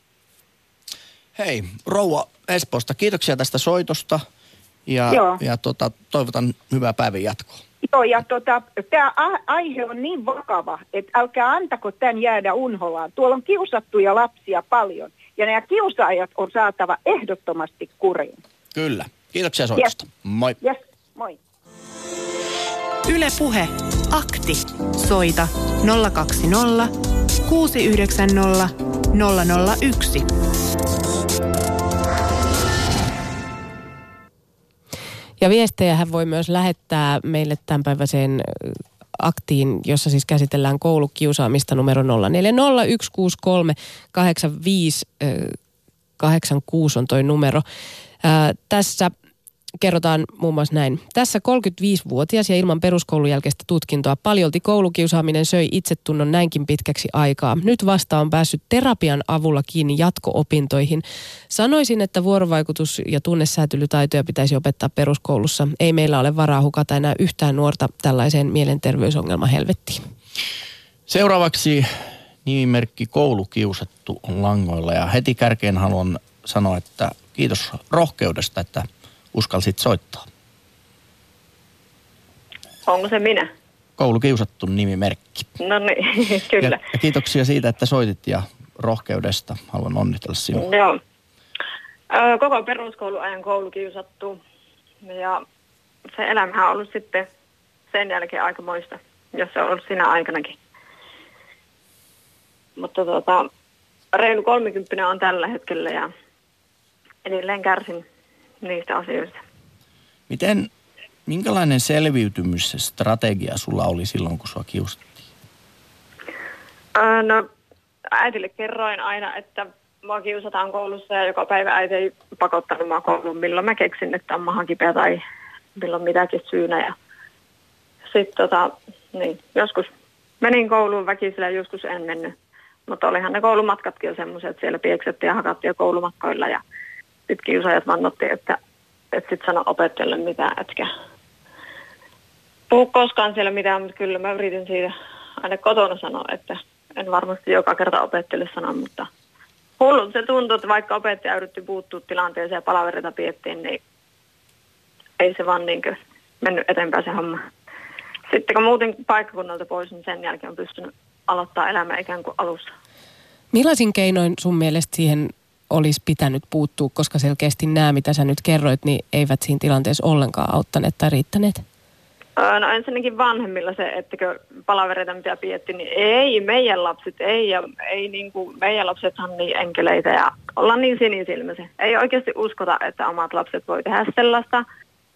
Hei, rouva Espoosta, kiitoksia tästä soitosta ja, ja tota, toivotan hyvää päivän jatkoa. Joo, ja tota, tämä aihe on niin vakava, että älkää antako tämän jäädä unholaan. Tuolla on kiusattuja lapsia paljon. Ja nämä kiusaajat on saatava ehdottomasti kuriin. Kyllä. Kiitoksia soitosta. Yes. Moi. Yes. Moi. Yle Puhe. Akti. Soita nolla kaksi nolla kuusi yhdeksän nolla nolla nolla yksi. Ja viestejä hän voi myös lähettää meille tämänpäiväiseen aktiin, jossa siis käsitellään koulukiusaamista numero nolla neljä nolla yksi kuusi kolme kahdeksan viisi kahdeksan kuusi on toi numero. Ää, tässä kerrotaan muun muassa näin. Tässä kolmekymmentäviisivuotias ja ilman peruskoulun jälkeistä tutkintoa paljolti koulukiusaaminen söi itsetunnon näinkin pitkäksi aikaa. Nyt vasta on päässyt terapian avulla kiinni jatko-opintoihin. Sanoisin, että vuorovaikutus- ja tunnesäätelytaitoja pitäisi opettaa peruskoulussa. Ei meillä ole varaa hukata enää yhtään nuorta tällaiseen mielenterveysongelman helvettiin. Seuraavaksi nimimerkki Koulukiusattu on langoilla ja heti kärkeen haluan sanoa, että kiitos rohkeudesta, että uskalsit soittaa. Onko se minä? Koulukiusattu nimimerkki. No niin, kyllä. Ja, ja kiitoksia siitä, että soitit ja rohkeudesta. Haluan onnitella sinua. Joo. Ö, koko peruskouluajan koulukiusattu. Ja se elämä on ollut sitten sen jälkeen aikamoista, jos se on ollut siinä aikanakin. Mutta tota, reilu kolmekymppinen on tällä hetkellä ja edelleen kärsin niistä asioista. Miten, minkälainen selviytymisstrategia sulla oli silloin, kun sua kiusattiin? Öö, no, äitille kerroin aina, että mua kiusataan koulussa ja joka päivä äiti ei pakottanut mua kouluun, milloin mä keksin, että on mahan kipeä tai milloin mitäkin syynä. Ja sitten tota, niin, joskus menin kouluun väkisellä, joskus en mennyt. Mutta olihan ne koulumatkatkin jo semmoiset, että siellä pieksettiin ja hakattiin jo koulumatkoilla ja sitten kiusaajat vannotti, että et sitten sano opettajalle mitään, etkä puhu koskaan siellä mitään, mutta kyllä mä yritin siitä aina kotona sanoa, että en varmasti joka kerta opettajalle sano, mutta hullut se tuntui, että vaikka opettaja yritti puuttua tilanteeseen ja palaverita piettiin, niin ei se vaan niin kuin mennyt eteenpäin se homma. Sitten kun muutin paikkakunnalta pois, niin sen jälkeen on pystynyt aloittaa elämä ikään kuin alussa. Millaisin keinoin sun mielestä siihen olisi pitänyt puuttua, koska selkeästi nämä, mitä sä nyt kerroit, niin eivät siinä tilanteessa ollenkaan auttaneet tai riittäneet? No ensinnäkin vanhemmilla se, että palavereita mitä pietti, niin ei meidän lapset, ei ja ei niin kuin, meidän lapsethan niin enkeleitä ja ollaan niin sinisilmäisiä. Ei oikeasti uskota, että omat lapset voi tehdä sellaista.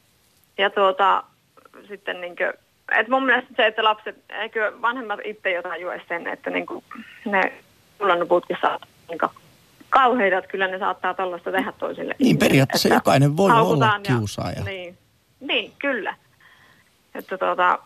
Ja tuota, sitten niin kuin, että mun mielestä se, että lapset, eikö vanhemmat itse jotain juo sen, että niin kuin ne kullannuputkin saa niin kuin kauheita, että kyllä ne saattaa tollaista tehdä toisille. Niin periaatteessa jokainen voi olla kiusaaja. Ja, niin, niin, kyllä. Että tuota,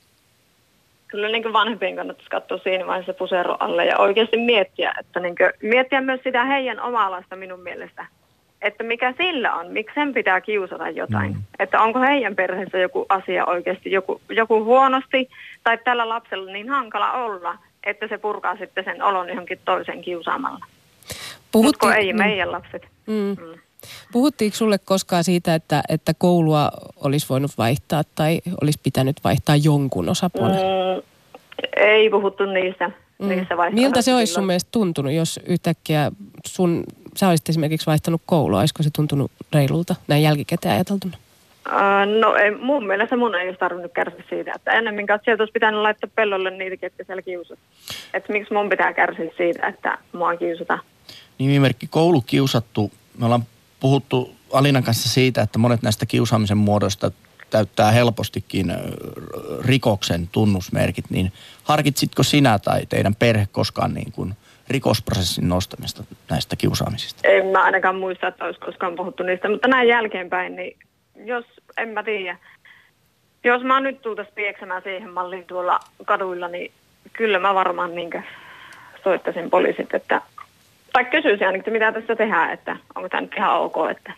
kyllä niin kuin vanhempien kannattaisi katsoa siinä vaiheessa pusero alle ja oikeasti miettiä, että niin kuin, miettiä myös sitä heidän omaa-alasta minun mielestä. Että mikä sillä on, miksi sen pitää kiusata jotain. Mm. Että onko heidän perheessä joku asia oikeasti, joku, joku huonosti tai tällä lapsella niin hankala olla, että se purkaa sitten sen olon johonkin toisen kiusaamalla. Mutta ei mm. meidän lapset. Mm. Mm. Puhuttiinko sulle koskaan siitä, että, että koulua olisi voinut vaihtaa tai olisi pitänyt vaihtaa jonkun osapuolen? Mm, ei puhuttu niistä, mm. niistä vaihtoehdoista. Miltä se olisi sun mielestä tuntunut, jos yhtäkkiä sun, sä olisit esimerkiksi vaihtanut koulua? Olisiko se tuntunut reilulta näin jälkikäteen ajateltuna? Uh, no ei, mun mielestä mun ei olisi tarvinnut kärsiä siitä, että ennemmin kanssa sieltä olisi pitänyt laittaa pellolle niitä, ketkä siellä kiusat. Että miksi mun pitää kärsiä siitä, että mua kiusataan. Nimimerkki koulukiusattu. Me ollaan puhuttu Alinan kanssa siitä, että monet näistä kiusaamisen muodoista täyttää helpostikin rikoksen tunnusmerkit, niin harkitsitko sinä tai teidän perhe koskaan niin kuin rikosprosessin nostamista näistä kiusaamisista? En mä ainakaan muista, että olisi koskaan puhuttu niistä, mutta näin jälkeenpäin, niin jos, en mä tiedä, jos mä nyt tultaisiin pieksämään siihen malliin tuolla kaduilla, niin kyllä mä varmaan niin kuin soittaisin poliisit, että tai kysyisin ainakin, että mitä tässä tehdään, että onko tämä nyt ihan ok, että,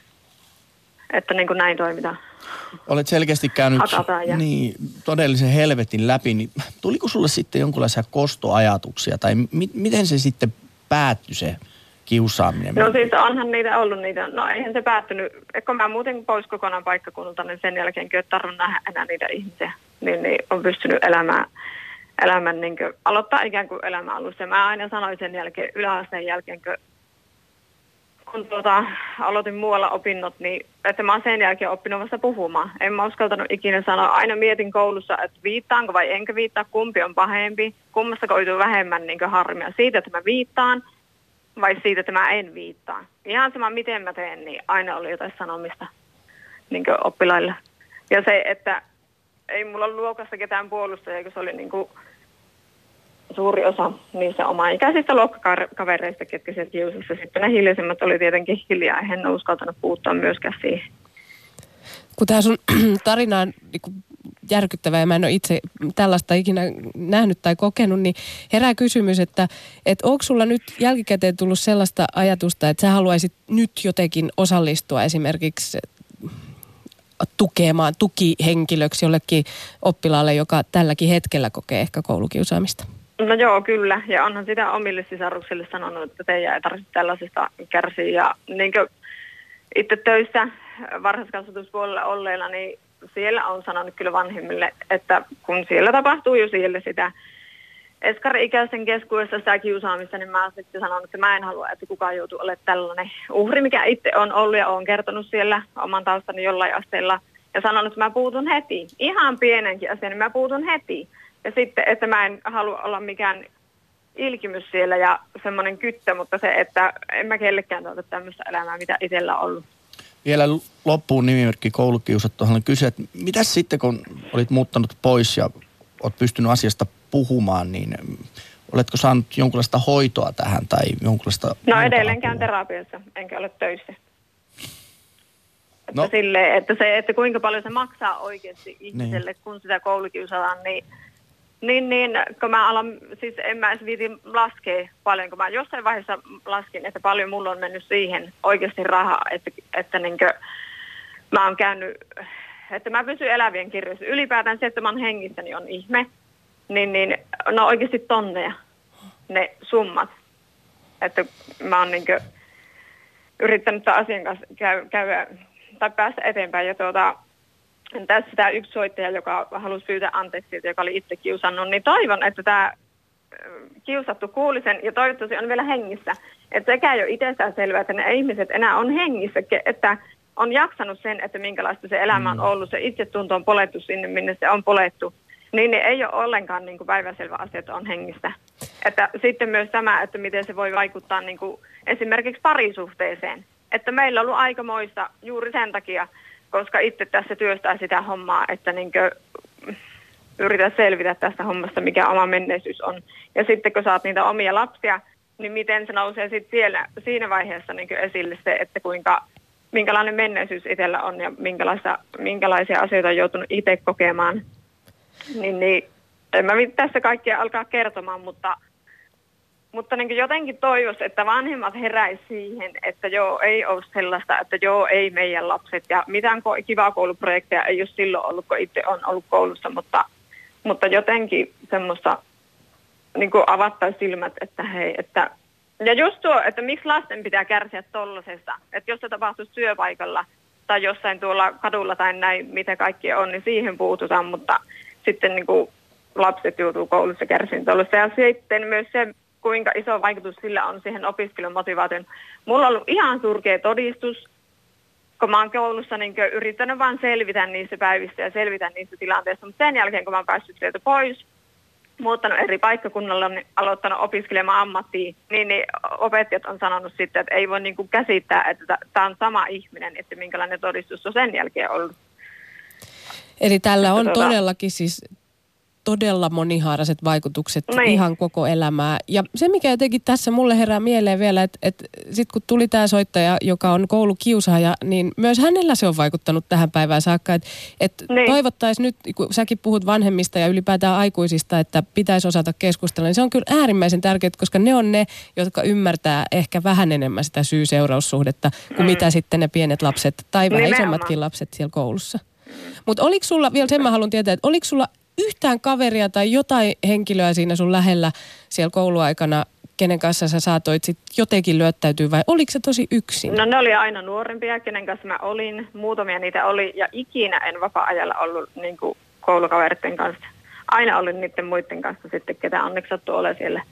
että niin kuin näin toimitaan. Olet selkeästi käynyt ja... niin, todellisen helvetin läpi, niin tuliko sulle sitten jonkinlaisia kostoajatuksia tai mi- miten se sitten päättyi se kiusaaminen? No siis onhan niitä ollut niitä, no eihän se päättynyt, kun mä muuten pois kokonaan paikkakunnalta, niin sen jälkeen kun ei tarvinnut nähdä enää niitä ihmisiä, niin, niin on pystynyt elämään. Elämän, niin kuin, aloittaa ikään kuin elämän alussa. Mä aina sanoin sen jälkeen, yläasteen jälkeen, kun, kun tuota, aloitin muualla opinnot, niin että mä oon sen jälkeen oppinut vasta puhumaan. En mä uskaltanut ikinä sanoa. Aina mietin koulussa, että viittaanko vai enkä viittaa, kumpi on pahempi, kummasta koituu vähemmän niin kuin harmia. Siitä, että mä viittaan vai siitä, että mä en viittaa. Ihan sama, miten mä teen, niin aina oli jotain sanomista niin kuin oppilaille. Ja se, että ei mulla luokassa ketään puolustajia, kun se oli niin kuin suuri osa niistä omaikäisistä luokkakavereista, ketkä sieltä kiusassa. Sitten ne hiljaisemmat oli tietenkin hiljaa, en ole uskaltanut puuttua myöskään siihen. Kun tämä sun tarina on niin järkyttävä ja mä en ole itse tällaista ikinä nähnyt tai kokenut, niin herää kysymys, että, että onko sulla nyt jälkikäteen tullut sellaista ajatusta, että sä haluaisit nyt jotenkin osallistua esimerkiksi tukemaan tukihenkilöksi jollekin oppilaalle, joka tälläkin hetkellä kokee ehkä koulukiusaamista? No joo, kyllä. Ja onhan sitä omille sisaruksille sanonut, että teidän ei tarvitse tällaisesta kärsiä. Ja niin kuin itse töissä varhaiskasvatuspuolella olleilla, niin siellä on sanonut kyllä vanhemmille, että kun siellä tapahtuu jo siellä sitä eskari-ikäisten keskuudessa sitä kiusaamista, niin mä sitten sanon, että mä en halua, että kukaan joutuu olemaan tällainen uhri, mikä itse on ollut ja olen kertonut siellä oman taustani jollain asteella. Ja sanon, että mä puutun heti. Ihan pienenkin asian, niin mä puutun heti. Ja sitten, että mä en halua olla mikään ilkimys siellä ja semmoinen kyttä, mutta se, että en mä kellekään tuota tämmöistä elämää, mitä itsellä on ollut. Vielä loppuun nimimerkki koulukiusattu. Haluan kysyä, että mitäs sitten, kun olit muuttanut pois ja olet pystynyt asiasta puhumaan, niin Oletko saanut jonkinlaista hoitoa tähän tai jonkinlaista... No edelleen käyn terapiassa, enkä ole töissä. Että No. silleen, että se, että kuinka paljon se maksaa oikeasti ihmiselle, Niin. kun sitä koulukiusataan, niin, niin, niin kun mä alan, siis en mä edes viitin laskea paljon, kun mä jossain vaiheessa laskin, että paljon mulla on mennyt siihen oikeasti rahaa, että, että niinkö mä oon käynyt, että mä pysyn elävien kirjoissa. Ylipäätään se, että mä oon hengissä, niin on ihme, niin, niin no oikeasti tonneja ne summat, että mä oon niinkö yrittänyt tämän asian kanssa käy, käydä tai päästä eteenpäin. Ja tuota, tässä tämä yksi soittaja, joka halusi pyytää anteeksi, joka oli itse kiusannut, niin toivon, että tämä kiusattu kuuli sen ja toivottavasti on vielä hengissä. Että sekä ei ole itsestään selvää, että ne ihmiset enää on hengissä, että on jaksanut sen, että minkälaista se elämä on ollut. Se itsetunto on polettu sinne, minne se on polettu. Niin ne ei ole ollenkaan niin kuin päivänselvä asia, että on hengissä. Että sitten myös tämä, että miten se voi vaikuttaa niin kuin esimerkiksi parisuhteeseen. Että meillä on ollut aikamoista juuri sen takia, koska itse tässä työstää sitä hommaa, että niin kuin yritän selvitä tästä hommasta, mikä oma menneisyys on. Ja sitten kun saat niitä omia lapsia, niin miten se nousee sitten siellä, siinä vaiheessa niin kuin esille se, että kuinka, minkälainen menneisyys itsellä on ja minkälaisia, minkälaisia asioita on joutunut itse kokemaan. Niin, niin en mä tässä kaikkia alkaa kertomaan, mutta, mutta niin jotenkin toivoisi, että vanhemmat heräisi siihen, että joo, ei ole sellaista, että joo, ei meidän lapset. Ja mitään kivaa kouluprojekteja ei ole silloin ollut, kun itse on ollut koulussa, mutta, mutta jotenkin semmoista niin kuin avattaisi silmät, että hei, että... Ja just tuo, että miksi lasten pitää kärsiä tollasesta, että jos se tapahtuisi työpaikalla tai jossain tuolla kadulla tai näin, mitä kaikki on, niin siihen puututaan, mutta... Sitten niin kuin lapset joutuu koulussa kärsiin tuollaista. Ja sitten myös se, kuinka iso vaikutus sillä on siihen opiskelun motivaation. Mulla on ollut ihan surkea todistus, kun mä oon koulussa niin yrittänyt vaan selvitä niissä päivistä ja selvitä niissä tilanteissa. Mutta sen jälkeen, kun mä oon päässyt sieltä pois, muuttanut eri paikkakunnalla, niin aloittanut opiskelemaan ammattiin, niin, niin opettajat on sanonut sitten, että ei voi niin kuin käsittää, että tämä on sama ihminen, että minkälainen todistus on sen jälkeen ollut. Eli tällä on Tuota, todellakin siis todella monihaaraiset vaikutukset niin. ihan koko elämää. Ja se, mikä jotenkin tässä mulle herää mieleen vielä, että, että sitten kun tuli tämä soittaja, joka on koulukiusaaja, niin myös hänellä se on vaikuttanut tähän päivään saakka. Että, että niin. toivottaisiin nyt, kun säkin puhut vanhemmista ja ylipäätään aikuisista, että pitäisi osata keskustella, niin se on kyllä äärimmäisen tärkeää, koska ne on ne, jotka ymmärtää ehkä vähän enemmän sitä syy-seuraussuhdetta kuin mm. mitä sitten ne pienet lapset tai vähän Nimenomaan. isommatkin lapset siellä koulussa. Mutta oliko sulla, vielä sen mä haluan tietää, että oliko sulla yhtään kaveria tai jotain henkilöä siinä sun lähellä siellä kouluaikana, kenen kanssa sä saatoit sit jotenkin lyöttäytyä vai oliko se tosi yksin? No ne oli aina nuorempia, kenen kanssa mä olin. Muutamia niitä oli ja ikinä en vapaa-ajalla ollut niin kuin koulukaveritten kanssa. Aina olin niiden muiden kanssa sitten, ketä onneksi sattuu olemaan siellä,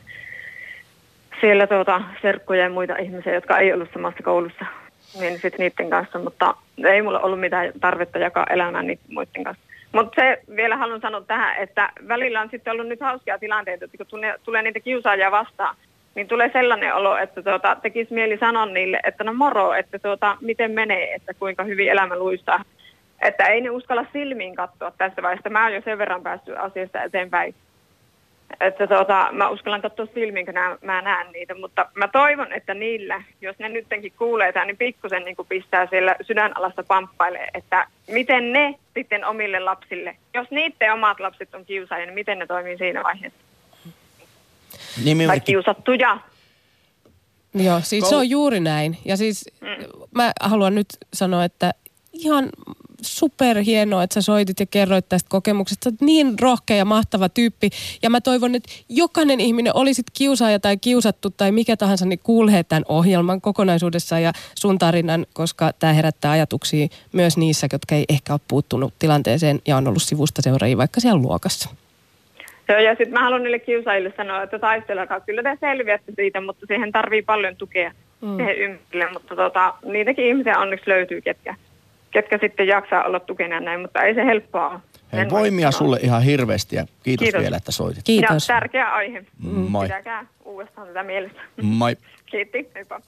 siellä tuota, serkkuja ja muita ihmisiä, jotka ei ollut samassa koulussa. Niin sitten niiden kanssa, mutta ei mulla ollut mitään tarvetta jakaa elämää niiden muiden kanssa. Mutta se vielä haluan sanoa tähän, että välillä on sitten ollut nyt hauskia tilanteita, että kun tulee, tulee niitä kiusaajia vastaan, niin tulee sellainen olo, että tuota, tekisi mieli sanoa niille, että no moro, että tuota, miten menee, että kuinka hyvin elämä luistaa. Että ei ne uskalla silmiin katsoa tässä vaiheessa. Mä oon jo sen verran päässyt asiasta eteenpäin. Että tuota, mä uskallan katsoa silmiin, kun nää, mä näen niitä, mutta mä toivon, että niillä, jos ne nyttenkin kuulee tämän, niin pikkusen niin pistää siellä sydänalasta pamppailee, että miten ne sitten omille lapsille, jos niiden omat lapset on kiusaajia, niin miten ne toimii siinä vaiheessa? Nimimerkki. Tai kiusattuja. Joo, siis se on juuri näin. Ja siis mm. mä haluan nyt sanoa, että ihan superhienoa, että sä soitit ja kerroit tästä kokemuksesta. Sä oot niin rohkea ja mahtava tyyppi. Ja mä toivon, että jokainen ihminen, olisit kiusaaja tai kiusattu tai mikä tahansa, niin kuulee tämän ohjelman kokonaisuudessaan ja sun tarinan, koska tämä herättää ajatuksia myös niissä, jotka ei ehkä ole puuttunut tilanteeseen ja on ollut sivusta seuraajia vaikka siellä luokassa. Joo, ja sitten mä haluan niille kiusaajille sanoa, että taistelakaa. Kyllä te selviätte siitä, mutta siihen tarvii paljon tukea mm. siihen ympärille. Mutta tota, niitäkin ihmisiä onneksi löytyy, ketkä. ketkä sitten jaksaa olla tukena näin, mutta ei se helppoa ole. Hei, voimia sulle ihan hirveästi ja kiitos, kiitos vielä, että soitit. Kiitos. Ja tärkeä aihe. Moi. Pitäkää uudestaan tätä mielessä. Moi. Kiitti. Heippa.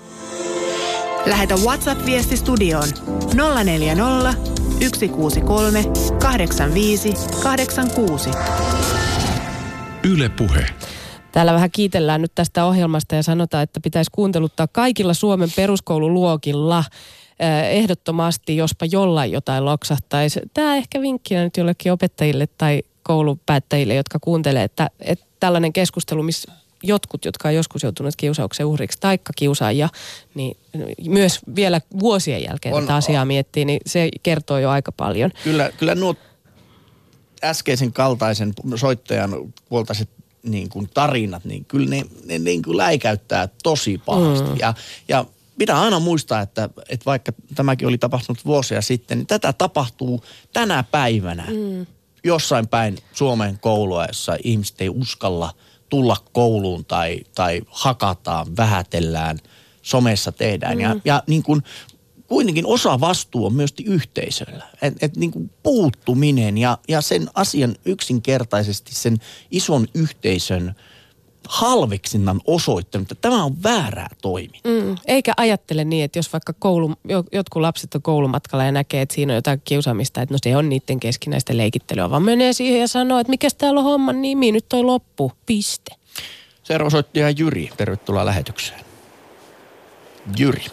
Lähetä WhatsApp-viesti studioon nolla neljä nolla, yksi kuusi kolme, kahdeksan viisi, kahdeksan kuusi. Yle Puhe. Täällä vähän kiitellään nyt tästä ohjelmasta ja sanotaan, että pitäisi kuunteluttaa kaikilla Suomen peruskoululuokilla ehdottomasti, jospa jollain jotain loksahtaisi. Tämä ehkä vinkkinä nyt jollekin opettajille tai koulupäättäjille, jotka kuuntelee, että, että tällainen keskustelu, missä jotkut, jotka on joskus joutuneet kiusauksen uhriksi, taikka kiusaajia, niin myös vielä vuosien jälkeen on, tätä asiaa miettii, niin se kertoo jo aika paljon. Kyllä, kyllä nuo äskeisen kaltaisen soittajan puoltaiset niin kuin tarinat, niin kyllä ne, ne niin kuin läikäyttää tosi pahasti. Mm. Ja, ja pitää aina muistaa, että, että vaikka tämäkin oli tapahtunut vuosia sitten, niin tätä tapahtuu tänä päivänä mm. jossain päin Suomen koulua, jossa ihmiset ei uskalla tulla kouluun tai, tai hakataan, vähätellään, somessa tehdään. Mm. Ja, ja niin kuin kuitenkin osa vastuu on myös yhteisöllä. Että et niin kuin puuttuminen ja, ja sen asian yksinkertaisesti sen ison yhteisön halveksinnan osoittanut, että tämä on väärää toimintaa. Mm, eikä ajattele niin, että jos vaikka koulu, jotkut lapset on koulumatkalla ja näkee, että siinä on jotain kiusaamista, että no se on niiden keskinäistä leikittelyä, vaan menee siihen ja sanoo, että mikäs täällä on homman nimi, nyt toi loppu, piste. Seuraava soittaja Jyri, tervetuloa lähetykseen. Jyri.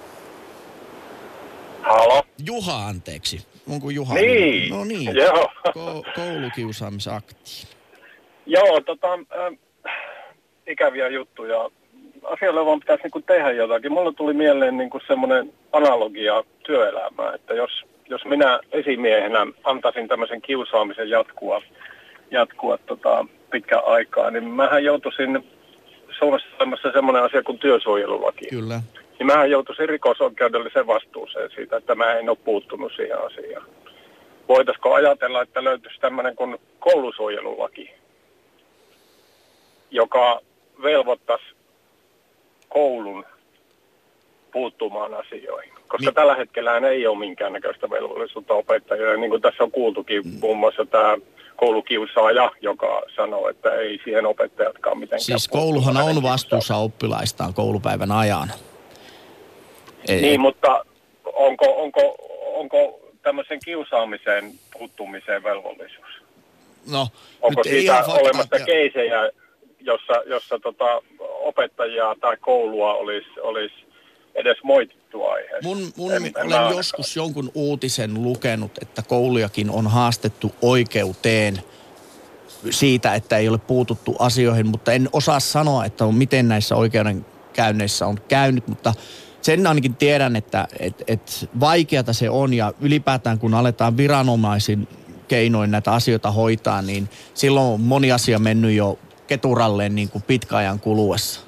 Halo? Juha, anteeksi. Onko Juha? Niin. No niin. Joo. Ko- koulukiusaamisakti. Joo, tota, äh, ikäviä juttuja. Asialle vaan pitäisi niinku tehdä jotakin. Mulla tuli mieleen niinku semmoinen analogia työelämään, että jos, jos minä esimiehenä antaisin tämmöisen kiusaamisen jatkua, jatkua tota, pitkän aikaa, niin mähän joutuisin Suomessa olemassa semmoinen asia kuin työsuojelulaki. Kyllä. Niin mähän joutuisin rikosoikeudelliseen vastuuseen siitä, että mä en ole puuttunut siihen asiaan. Voitaisiko ajatella, että löytyisi tämmöinen kuin koulusuojelulaki, joka velvoittaisi koulun puuttumaan asioihin. Koska niin. Tällä hetkellä ei ole minkäännäköistä velvollisuutta opettajia. Niin kuin tässä on kuultukin mm. muun muassa tämä koulukiusaaja, joka sanoo, että ei siihen opettajatkaan mitenkään. Siis kouluhan on vastuussa oppilaistaan koulupäivän ajan. Ei, niin, ei. Mutta onko, onko, onko tämmöisen kiusaamiseen puuttumiseen velvollisuus? No, onko nyt siitä ei olemassa ja... keisejä, jossa, jossa tota, opettajaa tai koulua olisi, olisi edes moitittu aiheesta? Mun, mun en, en olen joskus jonkun uutisen lukenut, että koulujakin on haastettu oikeuteen siitä, että ei ole puututtu asioihin, mutta en osaa sanoa, että on, miten näissä oikeudenkäynneissä on käynyt, mutta sen ainakin tiedän, että et, et vaikeata se on ja ylipäätään kun aletaan viranomaisin keinoin näitä asioita hoitaa, niin silloin on moni asia mennyt jo keturalleen niin kuin pitkäajan kuluessa.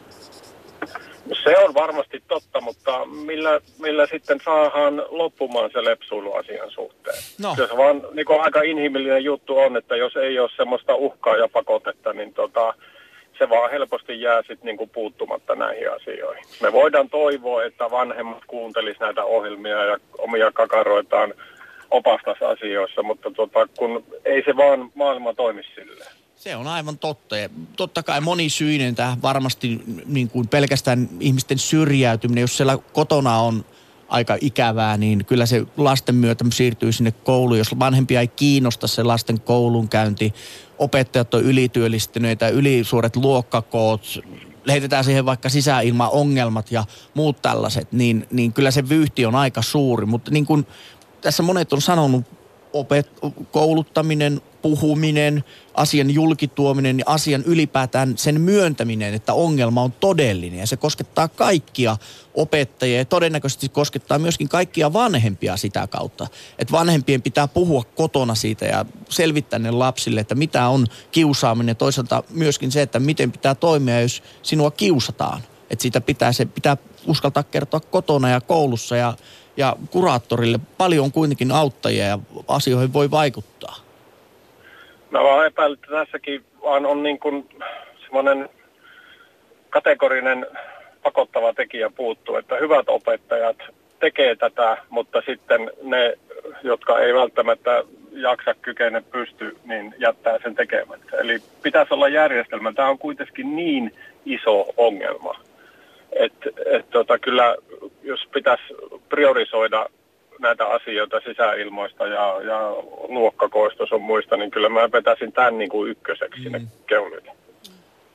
Se on varmasti totta, mutta millä, millä sitten saadaan loppumaan se lepsuilu asian suhteen? No. Se vaan niin kuin aika inhimillinen juttu on, että jos ei ole semmoista uhkaa ja pakotetta, niin tota, se vaan helposti jää sitten niin kuin puuttumatta näihin asioihin. Me voidaan toivoa, että vanhemmat kuuntelis näitä ohjelmia ja omia kakaroitaan opastas asioissa, mutta tota, kun ei se vaan maailma toimi silleen. Se on aivan totta. Ja totta kai monisyinen tähän varmasti niin kuin pelkästään ihmisten syrjäytyminen. Jos siellä kotona on aika ikävää, niin kyllä se lasten myötä siirtyy sinne kouluun. Jos vanhempia ei kiinnosta se lasten koulunkäynti, opettajat on ylityöllistyneitä, ylisuuret luokkakoot, heitetään siihen vaikka sisäilmaongelmat ja muut tällaiset, niin, niin kyllä se vyyhti on aika suuri. Mutta niin kuin tässä monet on sanonut, opet- kouluttaminen, puhuminen, asian julkituominen ja asian ylipäätään sen myöntäminen, että ongelma on todellinen ja se koskettaa kaikkia opettajia ja todennäköisesti koskettaa myöskin kaikkia vanhempia sitä kautta. Että vanhempien pitää puhua kotona siitä ja selvittää ne lapsille, että mitä on kiusaaminen. Toisaalta myöskin se, että miten pitää toimia, jos sinua kiusataan. Että siitä pitää, se pitää uskaltaa kertoa kotona ja koulussa ja Ja kuraattorille paljon on kuitenkin auttajia ja asioihin voi vaikuttaa. Mä vaan epäilen, että tässäkin vaan on niin kuin semmoinen kategorinen pakottava tekijä puuttuu, että hyvät opettajat tekee tätä, mutta sitten ne, jotka ei välttämättä jaksa, kykene, pysty, niin jättää sen tekemättä. Eli pitäisi olla järjestelmä. Tämä on kuitenkin niin iso ongelma. Että et tota, kyllä, jos pitäisi priorisoida näitä asioita sisäilmoista ja, ja luokkakoista sun muista, niin kyllä mä vetäisin tämän niin kuin ykköseksi mm. sinne keulille.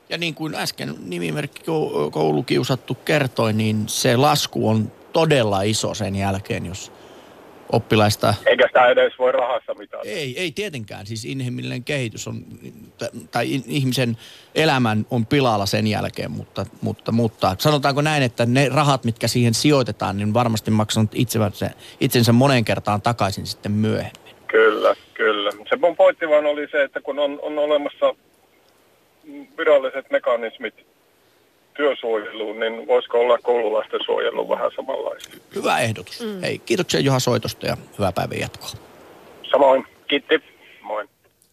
Ja niin kuin äsken nimimerkki koulukiusattu kertoi, niin se lasku on todella iso sen jälkeen, jos oppilaista... Eikä sitä edes voi rahassa mitään. Ei, ei tietenkään. Siis inhimillinen kehitys on, tai ihmisen elämän on pilalla sen jälkeen, mutta, mutta, mutta sanotaanko näin, että ne rahat, mitkä siihen sijoitetaan, niin varmasti maksanut itsensä, itsensä moneen kertaan takaisin sitten myöhemmin. Kyllä, kyllä. Se mun pointti vaan oli se, että kun on, on olemassa viralliset mekanismit työsuojeluun, niin voisiko olla koululaisten suojelu vähän samanlaisia? Hyvä ehdotus. Mm. Hei, kiitoksia Juha soitosta ja hyvää päivän jatkoa. Samoin. Kiitti. Moi.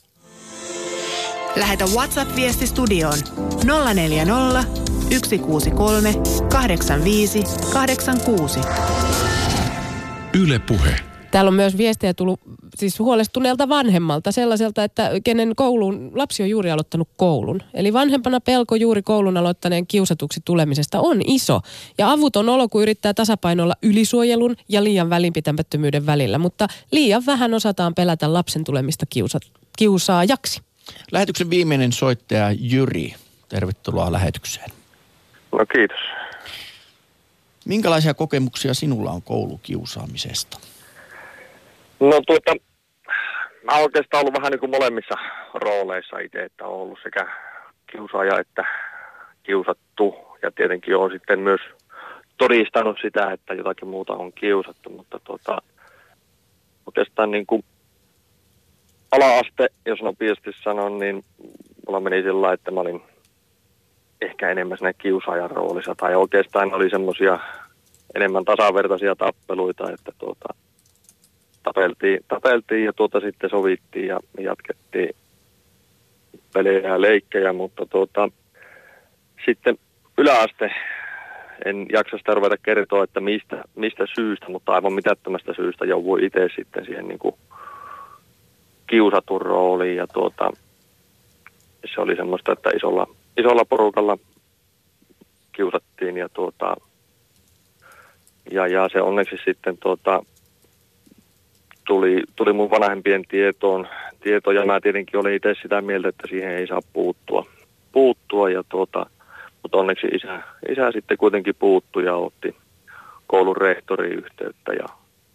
Lähetä WhatsApp-viesti studioon nolla neljä nolla, yksi kuusi kolme, kahdeksan viisi, kahdeksan kuusi. Yle Puhe. Täällä on myös viestejä tullut siis huolestuneelta vanhemmalta, sellaiselta, että kenen kouluun, lapsi on juuri aloittanut koulun. Eli vanhempana pelko juuri koulun aloittaneen kiusatuksi tulemisesta on iso. Ja avuton olo, kun yrittää tasapainoilla ylisuojelun ja liian välinpitämättömyyden välillä. Mutta liian vähän osataan pelätä lapsen tulemista kiusa, kiusaajaksi. Lähetyksen viimeinen soittaja Jyri. Tervetuloa lähetykseen. No kiitos. Minkälaisia kokemuksia sinulla on koulukiusaamisesta? No tuota, mä oon oikeastaan ollut vähän niin kuin molemmissa rooleissa itse, että oon ollut sekä kiusaaja että kiusattu. Ja tietenkin oon sitten myös todistanut sitä, että jotakin muuta on kiusattu, mutta tuota, oikeastaan niin kuin ala-aste, jos nopeasti sanon, niin mulla meni sillä lailla, että mä olin ehkä enemmän siinä kiusaajan roolissa, tai oikeastaan oli semmoisia enemmän tasavertaisia tappeluita, että tuota, tapeltiin, tapeltiin ja tuota sitten sovittiin ja jatkettiin pelejä ja leikkejä, mutta tuota, sitten yläaste, en jaksa sitä ruveta kertoa, että mistä, mistä syystä, mutta aivan mitättömästä syystä jouduin itse sitten siihen niin kuin kiusatun rooliin ja tuota, se oli semmoista, että isolla, isolla porukalla kiusattiin ja tuota, ja, ja se onneksi sitten tuota, tuli, tuli mun vanhempien tietoon, tietoja. Mä tietenkin olin itse sitä mieltä, että siihen ei saa puuttua, puuttua ja tuota, mutta onneksi isä, isä sitten kuitenkin puuttui ja otti koulun rehtoriin yhteyttä ja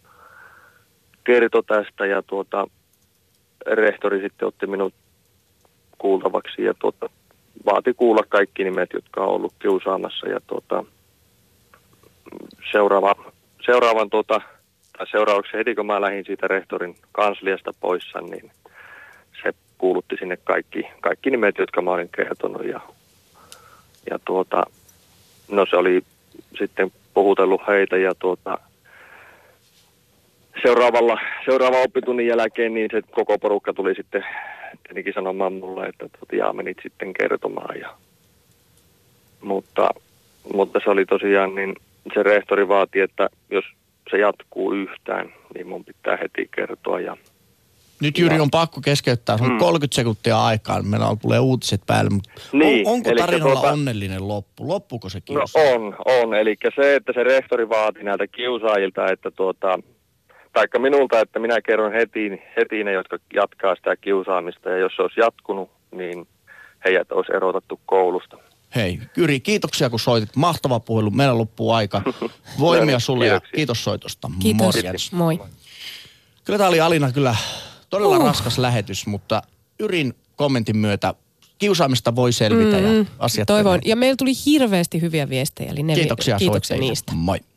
kertoi tästä ja tuota, rehtori sitten otti minut kuultavaksi ja tuota, vaati kuulla kaikki nimet, jotka on ollut kiusaamassa ja tuota, seuraava, seuraavan tuota, tai seuraavaksi heti kun mä lähdin siitä rehtorin kansliasta poissa, niin se kuulutti sinne kaikki, kaikki nimet, jotka mä olin kertonut ja, ja tuota, no se oli sitten puhutellut heitä ja tuota, seuraavalla, seuraavan oppitunnin jälkeen niin se koko porukka tuli sitten tietenkin sanomaan mulle, että tuota, jaa, menit sitten kertomaan. Ja, mutta, mutta se oli tosiaan, niin se rehtori vaati, että jos se jatkuu yhtään, niin mun pitää heti kertoa. Ja, nyt Jyri ja, on pakko keskeyttää, se on mm. kolmekymmentä sekuntia aikaa, meillä tulee uutiset päälle, mutta niin, on, onko tarinalla tuota, onnellinen loppu? Loppuuko se kiusaus? No on, on. Eli se, että se rehtori vaati näiltä kiusaajilta, että tuota, taikka minulta, että minä kerron heti, heti ne, jotka jatkaa sitä kiusaamista, ja jos se olisi jatkunut, niin heidät olisi erotettu koulusta. Hei, Jyri, kiitoksia kun soitit. Mahtava puhelu, meillä loppuu aika. Voimia sulle ja kiitos soitosta. Kiitos, Morjens. moi. Kyllä tämä oli Alina kyllä todella uh. raskas lähetys, mutta Jyrin kommentin myötä kiusaamista voi selvitä mm, ja asiat. Toivon. Ja meillä tuli hirveästi hyviä viestejä, eli ne kiitoksia, kiitoksia niistä. Moi.